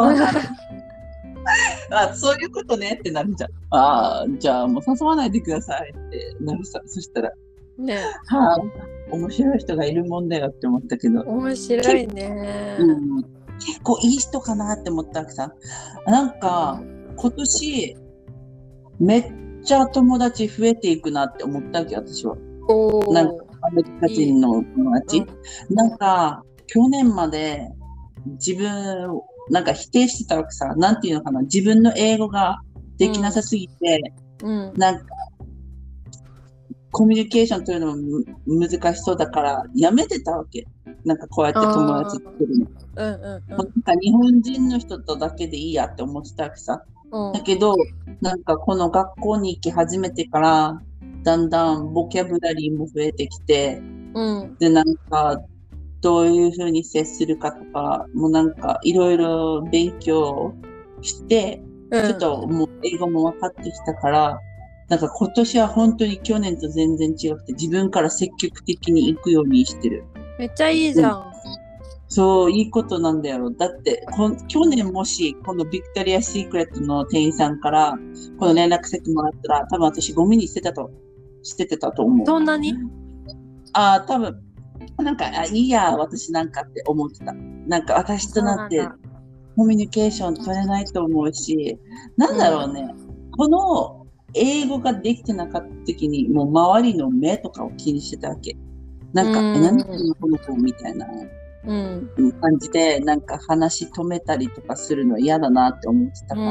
そういうことねってなるじゃん。じゃあもう誘わないでくださいってなるさ。そしたら、 ね、 面白い人がいるもんだよって思ったけど。 面白いね。 結構いい人かなって思ったわけさ。なんか、今年、めっちゃ友達増えていくなって思ったわけ、私は。なんか、アメリカ人の友達。なんか、去年まで自分、なんか否定してたわけさ。なんていうのかな。自分の英語ができなさすぎて、なんか、コミュニケーション取るのも難しそうだからやめてたわけ。なんかこうやって友達作るの。なんか日本人の人とだけでいいやって思ってたわけさ。だけど、なんかこの学校に行き始めてから、だんだんボキャブラリーも増えてきて、で、なんかどういうふうに接するかとか、もうなんかいろいろ勉強して、ちょっともう英語も分かってきたから、なんか今年は本当に去年と全然違くて、自分から積極的に行くようにしてる。 めっちゃいいじゃん。 そう、いいことなんだよ。だって、去年もし、このビクトリア・シークレットの店員さんから、この連絡先もらったら、多分私ゴミに捨ててたと思う。 そんなに？ 多分、なんか、いいや、私なんかって思ってた。なんか私となって、コミュニケーション取れないと思うし、なんだろうね。この、英語ができてなかった時に、もう周りの目とかを気にしてたわけ。なんか、何ていうのこの子みたいな感じで、なんか話止めたりとかするの嫌だなって思ってたから、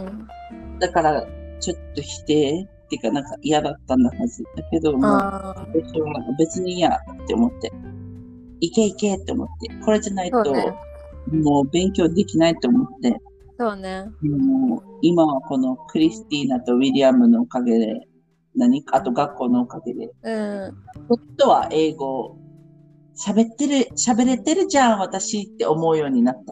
だからちょっと否定っていうかなんか嫌だったんだはず。だけども、私は別に嫌って思って、いけいけって思って、これじゃないと、もう勉強できないと思って、 そうね。 今はこのクリスティーナとウィリアムのおかげで、あと学校のおかげで、夫は英語喋れてるじゃん、私って思うようになった。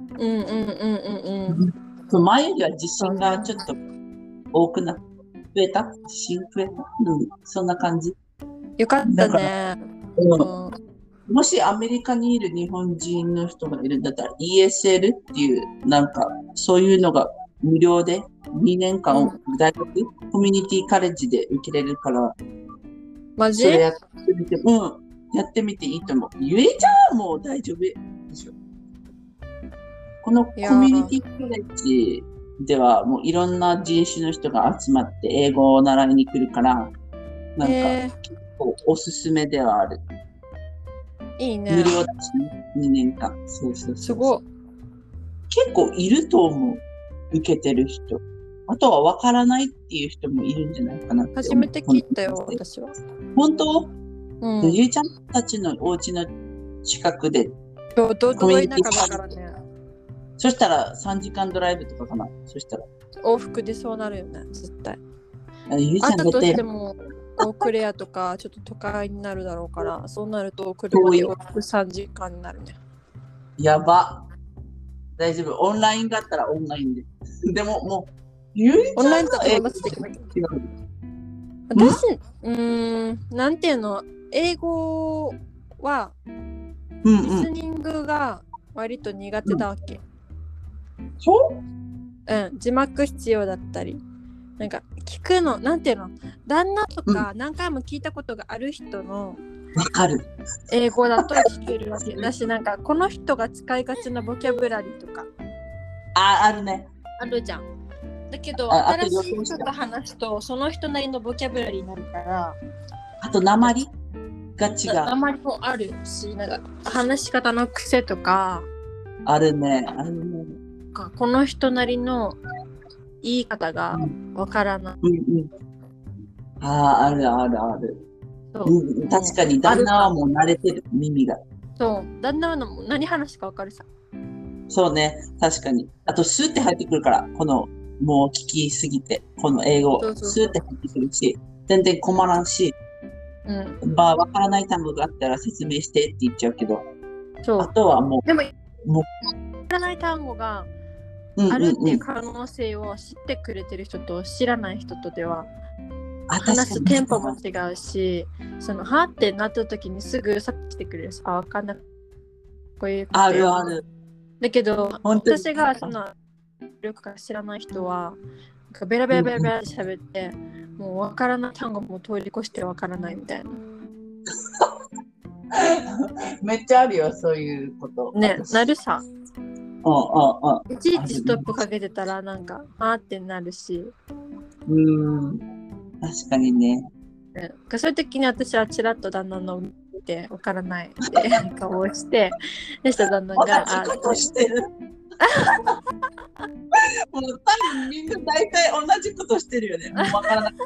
前よりは自信がちょっと多くなった。増えた？自信増えた？そんな感じ。 よかったね。 もしアメリカにいる日本人の人がいるんだったら ESL っていう、なんかそういうのが無料で2年間大学、コミュニティカレッジで受けれるから、 マジ？ それやってみて、やってみていいと思う。ゆえちゃんもう大丈夫でしょ。このコミュニティカレッジではもういろんな人種の人が集まって英語を習いに来るから、なんか結構おすすめではある。 いいね。 無料だしね、2年間。そう。 すごい。 結構いると思う。受けてる人。あとは分からないっていう人もいるんじゃないかなって。 初めて聞いたよ、私は。 本当？ゆいちゃんたちのお家の近くで。 どこいなかだからね。 そしたら3時間ドライブとかかな。そしたら。 往復でそうなるよね、絶対。 ゆいちゃんあったとしても、オークレアとかちょっと都会になるだろうから、そうなると車で往復3時間になるね。やば。大丈夫。オンラインだったらオンラインで。でももう、ゆいちゃんオンラインだと友達できないけど。私、なんていうの、英語は、リスニングが割と苦手だわけ。字幕必要だったり。なんか聞くの、なんていうの、旦那とか何回も聞いたことがある人の英語だと聞けるわけだし、なんかこの人が使いがちなボキャブラリーとかあるね。 あるじゃん。だけど新しい人と話すとその人なりのボキャブラリーになるから。 あと訛りが違う。 あまりもあるし、なんか話し方の癖とか、 あるね。 この人なりの言い方がわからない。 ある。確かに旦那はもう慣れてる、耳が。 そう、旦那はもう何話すかわかるさ。 そうね、確かに。あと、スーって入ってくるから、もう聞きすぎて、この英語、スーって入ってくるし、全然困らんし、わからない単語があったら説明してって言っちゃうけど、あとはもう、 でも、わからない単語があるっていう可能性を知ってくれてる人と知らない人とでは、話すテンポも違うし、はってなった時にすぐ察知してくれるし、わかんない。こういうことある。 だけど、私がよく知らない人は、ベラベラベラベラって喋って、もうわからない単語も通り越してわからないみたいな。 めっちゃあるよ、そういうこと。 ね、なるさ。いちいちストップかけてたら、なんか、ってなるし。 確かにね。 そういう時に私はちらっと旦那の見てわからないって顔をして、でした旦那が同じことしてる。もう多分みんな大体同じことしてるよね。もうわからなかった。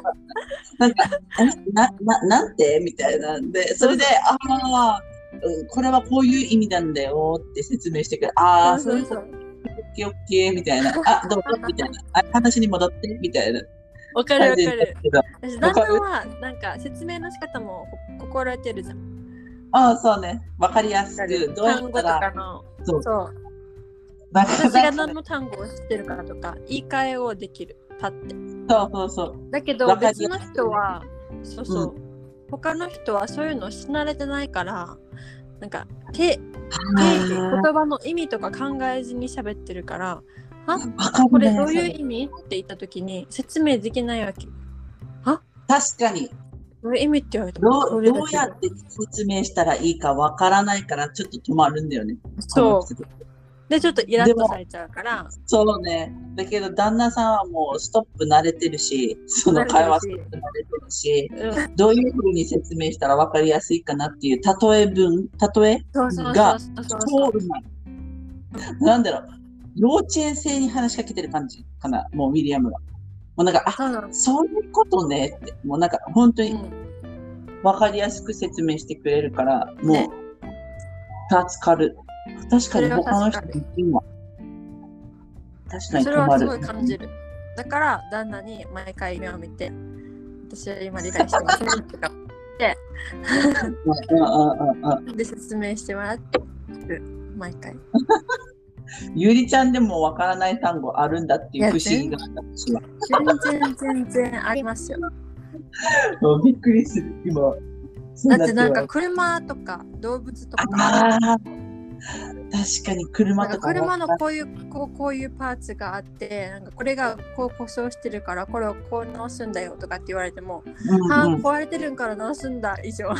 なんてみたいなんで、それでこれはこういう意味なんだよって説明してくれる。そういうこと。オッケーみたいな。どうぞみたいな。話に戻ってみたいな。 わかる。私旦那はなんか説明の仕方も心得てるじゃん。 そうね。わかりやすく。 どうやったらそう。私が何の単語を知ってるかとか言い換えをできる。パッて。 そう。 だけど別の人は他の人はそういうのし慣れてないから、なんか言葉の意味とか考えずに喋ってるから、これどういう意味って言った時に説明できないわけ。 確かに。 どういう意味って言われてもどうやって説明したらいいかわからないからちょっと止まるんだよね。 そう。でちょっとイラッとされちゃうから。 そうね。だけど旦那さんはもうストップ慣れてるし、その会話ストップ慣れてるし、どういうふうに説明したら分かりやすいかなっていう例えが超うまい。なんだろう、幼稚園生に話しかけてる感じかな、もうウィリアムは。もうなんか、そういうことねって、もうなんか本当に分かりやすく説明してくれるから、もう助かる。確かに他の人に今確かにそれはすごい感じる。だから旦那に毎回夢を見て、私は今理解してますとかってで説明してもらって毎回。 ゆりちゃんでもわからない単語あるんだっていう不思議があった私は。 全然ありますよ。 びっくりする今。 だってなんか車とか動物とか。 確かに車とか車のこういうパーツがあって、なんかこれがこう故障してるからこれをこう直すんだよとかって言われても、壊れてるんから直すんだ以上。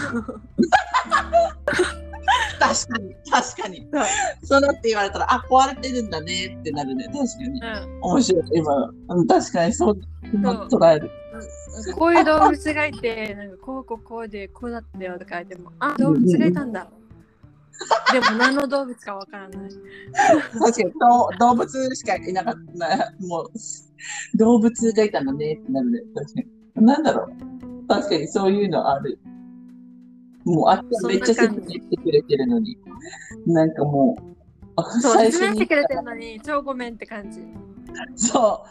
確かに。そうなって言われたら壊れてるんだねってなるね。確かに。面白い今。確かにそう捉える。 こういう動物がいて、なんかこうでこうだったよとか言っても、動物がいたんだ。でも何の動物かわからない。 確かに動物しかいなかった。もう動物がいたのねってなるね。確かに。なんだろう。確かにそういうのある。もうめっちゃ説明してくれてるのに。なんかもう説明してくれてるのに超ごめんって感じ。 そう。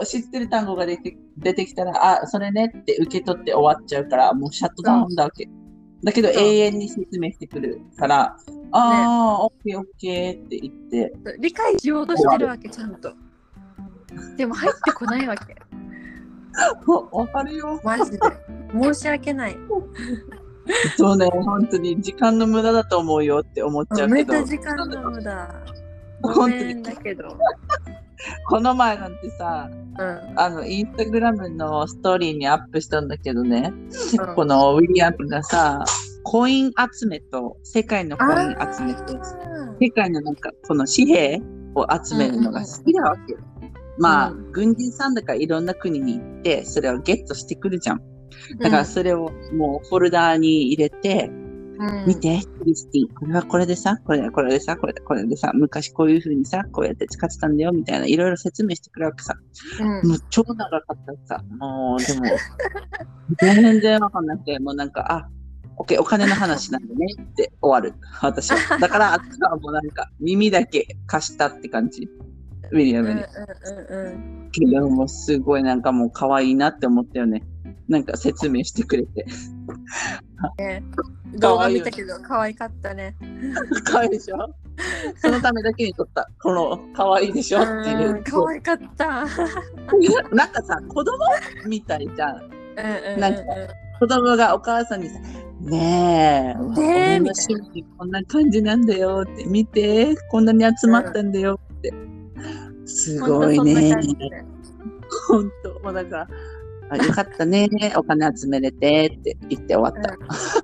知ってる単語が出てきたら、それねって受け取って終わっちゃうから、もうシャットダウンだわけ。だけど永遠に説明してくるから、オッケーって言って。 理解しようとしてるわけ、ちゃんと。でも入ってこないわけ。 わかるよ。 マジで。申し訳ない。 そうね、本当に時間の無駄だと思うよって思っちゃうけど。 めっちゃ時間の無駄。ごめんだけど。 この前なんてさ、インスタグラムのストーリーにアップしたんだけどね、このウィリアムがさ、コイン集めと世界のコイン集めと世界のなんかこの紙幣を集めるのが好きなわけよ。軍人さんだからいろんな国に行ってそれをゲットしてくるじゃん。 だからそれをもうフォルダーに入れて、見て、クリスティ、これはこれでさ、これでさ、これでさ、昔こういう風にさ、こうやって使ってたんだよ、みたいな、いろいろ説明してくるわけさ。もう超長かったさ。もう、でも、全然わかんなくて、もうなんか、オッケー、お金の話なんでねって終わる。私は。だから、あとはもうなんか、耳だけ貸したって感じ。ウィリアムに。けどもうすごいなんかもう可愛いなって思ったよね。なんか説明してくれて。 動画見たけど可愛かったね。 可愛いでしょ。そのためだけに撮った。この可愛いでしょっていう。 可愛かった。 なんかさ、子供みたいじゃん。なんか子供がお母さんにさ、ねえ、俺の趣味こんな感じなんだよって見て、こんなに集まったんだよって。すごいね。本当、もうなんか、よかったね、お金集めれてって言って終わった。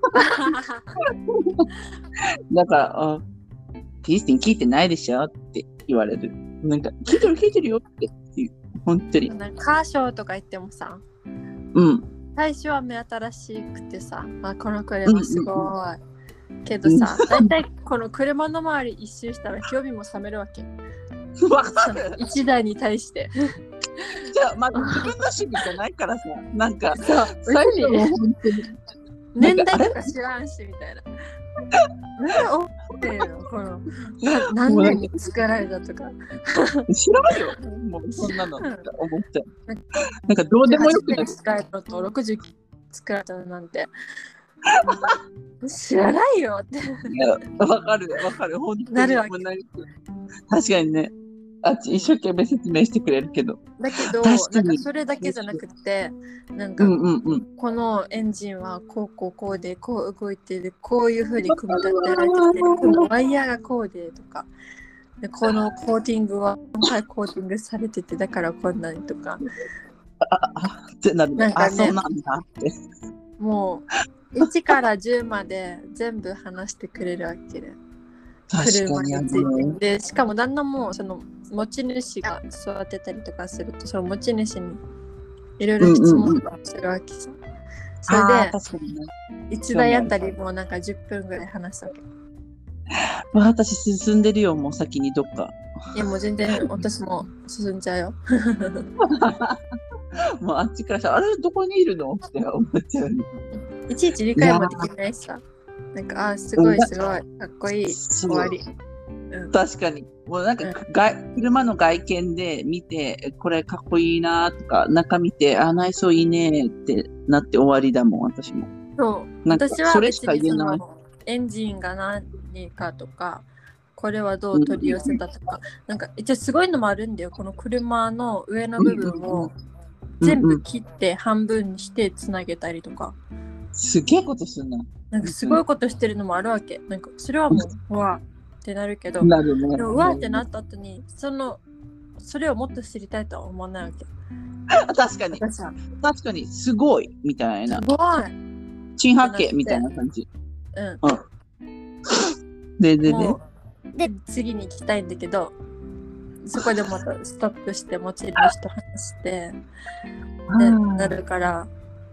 だから、クリスティン聞いてないでしょって言われる。なんか、聞いてるよって言う。本当に。 カーショーとか言ってもさ、最初は目新しくてさ、この車すごい。けどさ、だいたいこの車の周り一周したら興味も冷めるわけ。1台に対して。 じゃあ、まず自分の趣味じゃないからさ、なんか、 最初は本当に年代とか知らんしみたいな。なんでこの何年に作られたとか。 知らないよ。もうそんなの思っちゃう。なんかどうでもよくない。 作られたと60作られたなんて。知らないよって。 わかる。本当になるわけ。確かにね。一生懸命説明してくれるけど。 だけど、なんかそれだけじゃなくて、なんか、このエンジンはこうで、こう動いてで、こういう風に組み立てられてて、このワイヤーがこうでとか、でこのコーティングは今回コーティングされてて、だからこんなにとか。 ってなるね。そうなんだって。 もう、1から10まで全部話してくれるわけで。車について。で、しかも旦那もその持ち主が育てたりとかすると、その持ち主にいろいろ質問とかするわけさ。それで、1台あたりもなんか10分ぐらい話すわけ。 私進んでるよ、もう先にどっか。 いや、もう全然私も進んじゃうよ。 もうあっちからさ、あれどこにいるのって思っちゃう。 いちいち理解もできないしさ。なんか、すごい、かっこいい、終わり。 確かに。もうなんか、車の外見で見て、これかっこいいなとか、中見て、内装いいねってなって終わりだもん、私も。 そう。私は別にそのエンジンが何かとか、これはどう取り寄せたとか、なんか、一応すごいのもあるんだよ。この車の上の部分を全部切って半分にしてつなげたりとか。 すげえことするな。 なんかすごいことしてるのもあるわけ。なんかそれはもう、うわってなるけど、でもうわってなった後に、それをもっと知りたいとは思わないわけ。 確かに。確かに、すごいみたいな。 すごい。 珍発見みたいな感じ。で、 次に行きたいんだけど、そこでまたストップして持ち主と話して、で、なるから、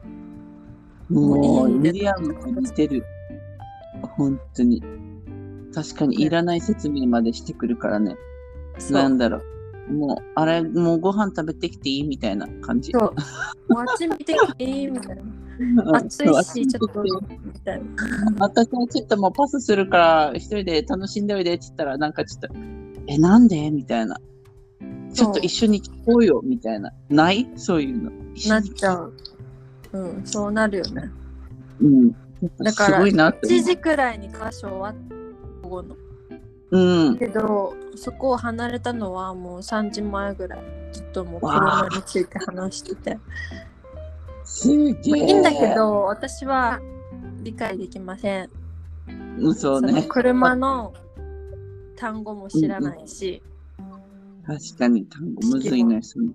もう、ミリアムに似てる。本当に。確かにいらない説明までしてくるからね。なんだろう。もうご飯食べてきていいみたいな感じ。 そう。あっち見てきていいみたいな。暑いし、ちょっと、みたいな。 私もちょっともうパスするから、一人で楽しんでおいでって言ったら、なんかちょっと、なんでみたいな。ちょっと一緒に聞こうよ、みたいな。ないそういうの。 なっちゃう。そうなるよね。だから、 すごいなって 1時くらいに歌唱終わったの。けど、そこを離れたのはもう3時前ぐらい。ずっともう車について話してて。 すげえ。 いいんだけど、私は理解できません。 そうね。 車の単語も知らないし。 確かに単語むずいね。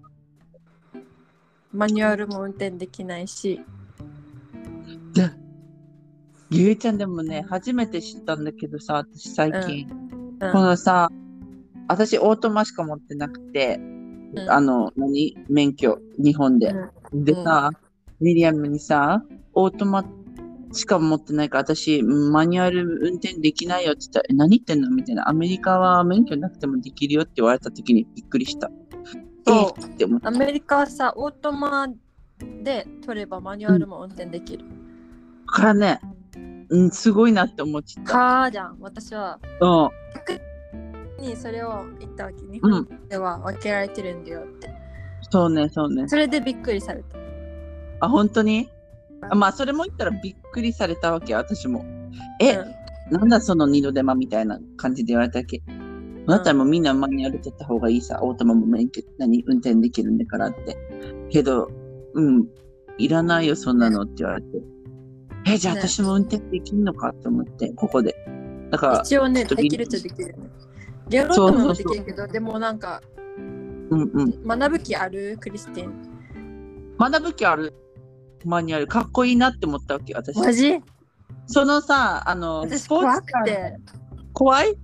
マニュアルも運転できないし。 ゆいちゃんでもね、初めて知ったんだけどさ、私最近。このさ、私オートマしか持ってなくて、免許、日本で。でさ、 ウィリアムにさ、オートマしか持ってないから、私、マニュアル運転できないよって言ったら、何言ってんのみたいな。アメリカは免許なくてもできるよって言われた時にびっくりした。 って思った。アメリカはさ、オートマで取ればマニュアルも運転できる。 からね、すごいなって思っちゃった。 じゃん、私は。にそれを言ったわけ。日本では分けられてるんだよって。 そうね、そうね。 それでびっくりされた。 本当に？まあ、それも言ったらびっくりされたわけ、私も。なんだその二度手間みたいな感じで言われたわけ。だったらもうみんなマニュアル取った方がいいさ。オートマも免許運転できるんだからって。けど、いらないよ、そんなのって言われて。じゃあ私も運転できるのかと思って、ここで。だから一応ね、できるっちゃできるよね。やろうともできるけど、でもなんか、学ぶ気ある？クリスティン。 学ぶ気ある？マニュアルかっこいいなって思ったわけ、私。 マジ？ そのさ、 スポーツカーって怖い？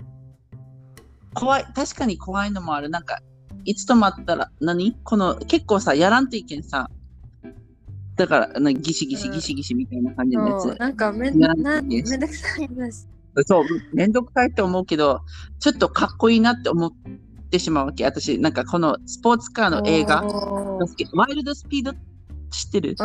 確かに怖いのもある。なんか、いつ止まったら、結構さ、やらんといけんさ。だから、ギシギシみたいな感じのやつ。 なんかめんどくさいです。 そう、めんどくさいと思うけど、ちょっとかっこいいなって思ってしまうわけ。私、なんかこのスポーツカーの映画、ワイルドスピード知ってる？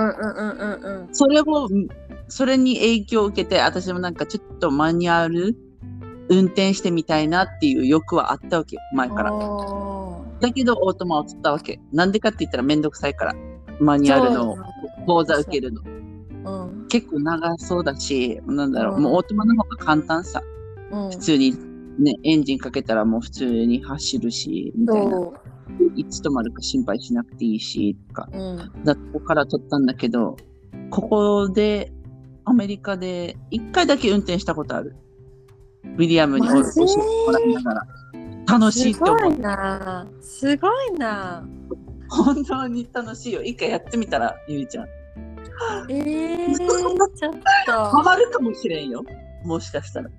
それに影響を受けて、私もなんかちょっとマニュアル運転してみたいなっていう欲はあったわけ、前から。だけど、オートマを取ったわけ。なんでかって言ったらめんどくさいから。マニュアルの講座受けるの。結構長そうだし、もうオートマの方が簡単さ。普通にね、エンジンかけたらもう普通に走るし、みたいな。いつ止まるか心配しなくていいし、とか。ここから取ったんだけど、ここで、アメリカで1回だけ運転したことある。ウィリアムに教えてもらいながら。楽しいって思う。 すごいな。 本当に楽しいよ。1回やってみたら、ゆいちゃん。 ちょっと。 ハマるかもしれんよ。もしかしたら。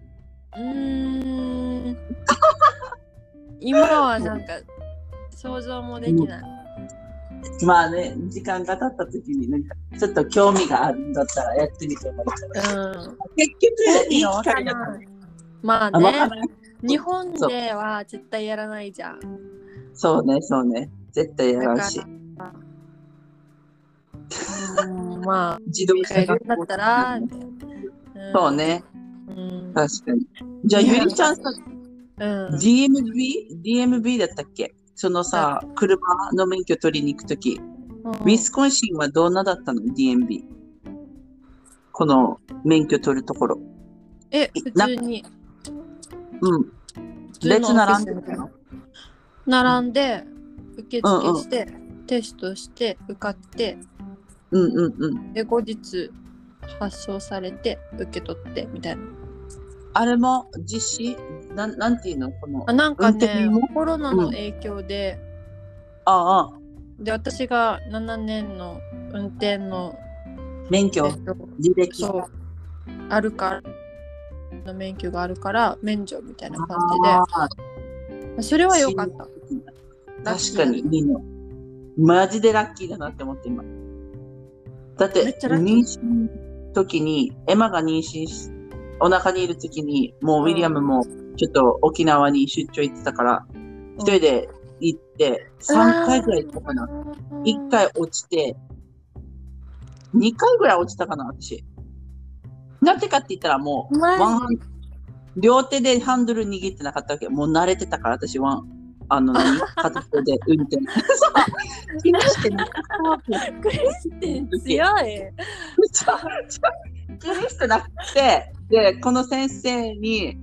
今はなんか想像もできない。 まあね、時間が経った時になんかちょっと興味があるんだったらやってみてもいいかな。結局いい機会だから。 まあね、日本では絶対やらないじゃん。 そうね、絶対やらんし。 まあ、 自動車だったら、 そうね。確かに。じゃあ、ゆりちゃんさ、DMV だったっけ？そのさ、車の免許取りに行くとき、ウィスコンシンはどんなだったの？ DMV。この免許取るところ。 普通に。 列並んでたの？ 並んで、受付して、テストして、受かって、で、後日発送されて、受け取って、みたいな。 あれも実施なんていうの？このなんかね、コロナの影響で、で、私が7年の運転の免許、履歴あるから、免許があるから免除みたいな感じで、それは良かった。 確かにいいの。マジでラッキーだなって思って今。だって妊娠の時にエマが妊娠しお腹にいる時にもうウィリアムもちょっと沖縄に出張行ってたから一人で行って3回ぐらい行ったかな。1回落ちて2回ぐらい落ちたかな私。なんてかって言ったらもう両手でハンドル握ってなかったわけ。もう慣れてたから私は片手で運転。 クリステン強い。 クリステなくて、で、この先生に、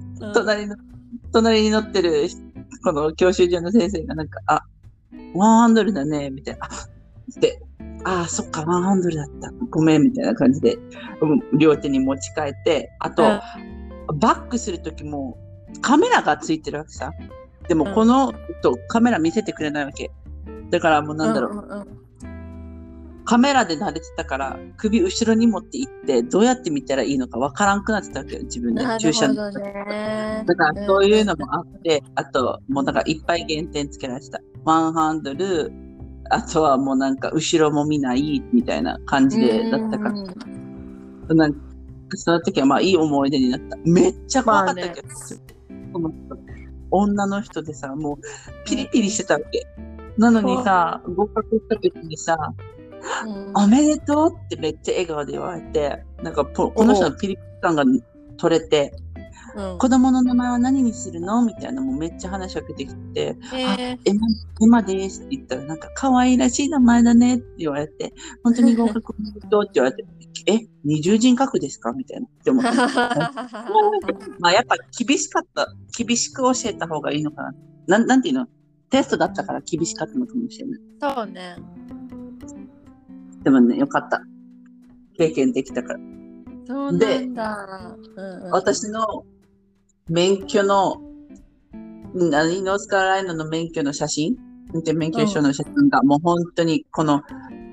隣に乗ってる、この教習所の先生がなんか、ワンハンドルだね、みたいな。で、そっか、ワンハンドルだった。ごめん、みたいな感じで、両手に持ち替えて、あと、バックするときも、カメラがついてるわけさ。でもこのカメラ見せてくれないわけ。だからもうなんだろう。カメラで慣れてたから首後ろに持って行ってどうやって見たらいいのかわからんくなってたわけよ。自分で駐車の。だからそういうのもあって、あともうだからいっぱい減点つけられてた。ワンハンドル、 あとはもうなんか後ろも見ないみたいな感じでだったから、なんかその時はまあいい思い出になった。めっちゃ怖かったけど、その女の人でさ、もうピリピリしてたわけ。なのにさ、合格した時にさ、おめでとうってめっちゃ笑顔で言われて、なんかこの人のピリピリ感が取れて、子供の名前は何にするのみたいな、もうめっちゃ話しかけてきて、エマですって言ったら、なんか可愛らしい名前だねって言われて、本当に合格おめでとうって言われて、二重人格ですかみたいなって思って。まあやっぱ厳しかった。厳しく教えた方がいいのかな。なんていうの、テストだったから厳しかったのかもしれない。 そうね。 でもね、よかった。経験できたから。 そうなんだ。 私の免許の、ノースカロライナの免許の写真、免許証の写真がもう本当にこの、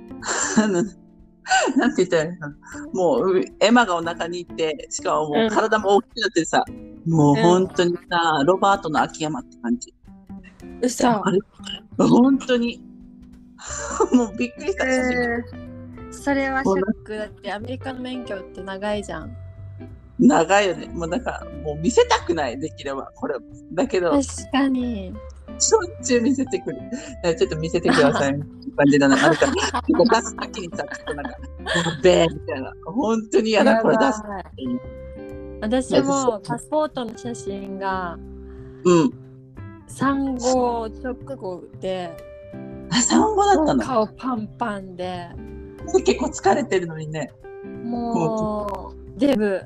なんて言ったらいいの、もうエマがお腹にいて、しかももう体も大きくなってさ、もう本当にさ、ロバートの秋山って感じ。本当に。もうびっくりした。 それはショックだって、アメリカの免許って長いじゃん。 長いよね。もうなんか、もう見せたくない、できれば、これ。だけど、 確かに。 しょっちゅう見せてくる。ちょっと見せてください。感じだな。なんか、出すときにさ、ちょっとなんか、ベーみたいな。本当に嫌だ、これ出す。 私もパスポートの写真が、産後直後で、 産後だったの？ 顔パンパンで。 結構疲れてるのにね。 もう、デブ。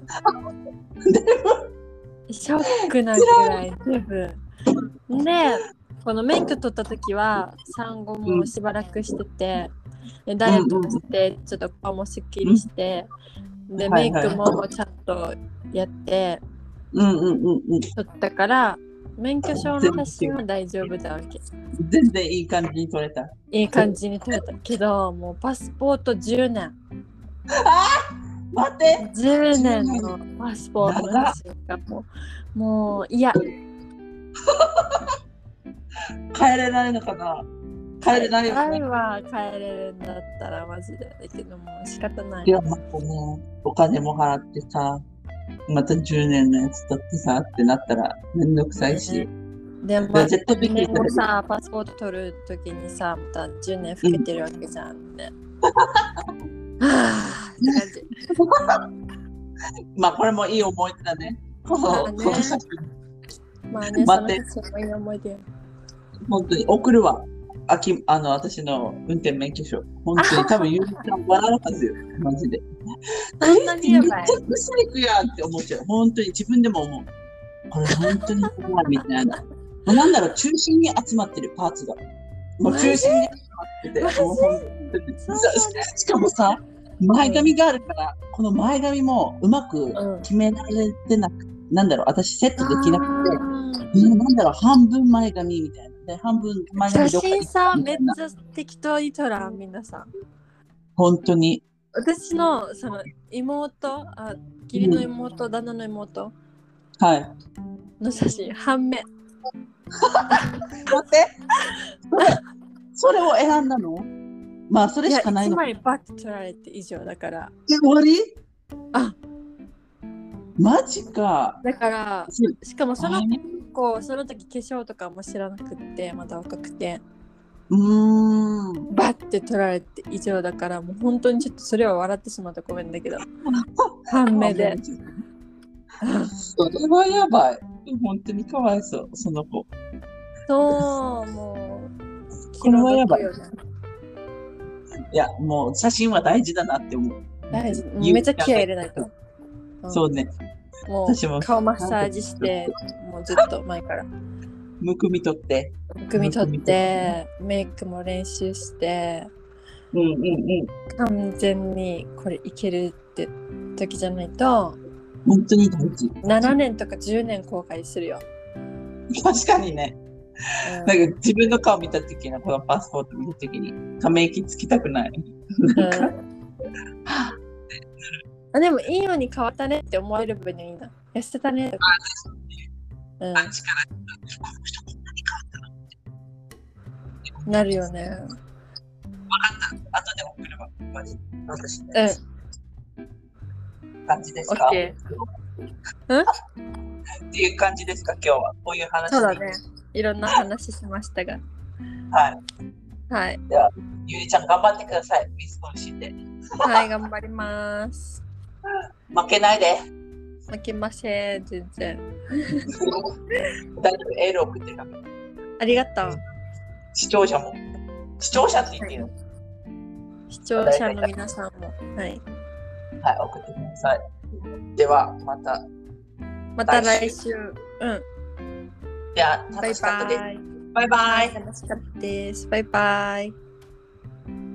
ショックなぐらいデブ。で、この免許取った時は産後もしばらくしてて、ダイエットしてちょっと顔もすっきりして、でメイクもちゃんとやって撮ったから、免許証の写真は大丈夫だわけ。 全然いい感じに撮れた。 いい感じに撮れたけど、もうパスポート10年。 待って、 10年のパスポートの写真がもう嫌。 帰れないのかな？帰れないよね。 は帰れるんだったらマジでだけども仕方ない。 いや、またね、お金も払ってさ、また10年のやつ取ってさってなったらめんどくさいし。 でも、絶対2年後さ、パスポート取るときにさ、また10年老けてるわけじゃんね。はぁって感じ。まあこれもいい思い出だね。この写真。 まあね、その写真もいい思い出。 本当に送るわ。私の運転免許証。本当に多分ゆうちゃん笑うはずよ。マジで。 そんなにやばい。 めっちゃくさいくやんって思っちゃう。本当に自分でも思う。これ本当に怖いみたいな。なんだろう、中心に集まってるパーツが。もう中心に集まってて。しかもさ、前髪があるから、この前髪もうまく決められてなくて、なんだろう、私セットできなくて、なんだろう、半分前髪みたいな。で、半分前髪写真さ、めっちゃ適当に撮らん、皆さん。 本当に。 私のその妹、義理の妹、旦那の妹の写真、半目。 待ってそれを選んだの？まあそれしかないの。 1枚バッと取られて以上だから。 終わり？マジか。 だからしかもその子その時化粧とかも知らなくってまだ若くてバッて取られて以上だから、もう本当にちょっとそれは笑ってしまった、ごめんだけど半目でそれはやばい。本当にかわいそう、その子。 そう、もうこれはやばい。いや、もう写真は大事だなって思う。 大事。めっちゃ気合い入れないと。 そうね。 もう顔マッサージして、もうずっと前から。 むくみ取って。 メイクも練習して、完全にこれいけるって時じゃないと、 本当に大事。 7年とか10年後悔するよ。 確かにね。なんか自分の顔見た時のこのパスポート見た時にため息つきたくない。 でもいいように変わったねって思われる分にはいいな。痩せたねとか。なるよね。 私ね。感じですか？っていう感じですか、今日は。こういう話。 そうだね。いろんな話しましたが。 はい。 はい。 では、ゆりちゃん頑張ってください。ウィスコンシンで。 はい、頑張ります。 負けないで。 負けません、全然。 大丈夫、エール送ってた。 ありがとう。 視聴者も。視聴者って言っていいの？ 視聴者の皆さんも。はい。 はい、送ってください。では、また来週。 では、楽しかったです。バイバイ。 楽しかったです。バイバイ。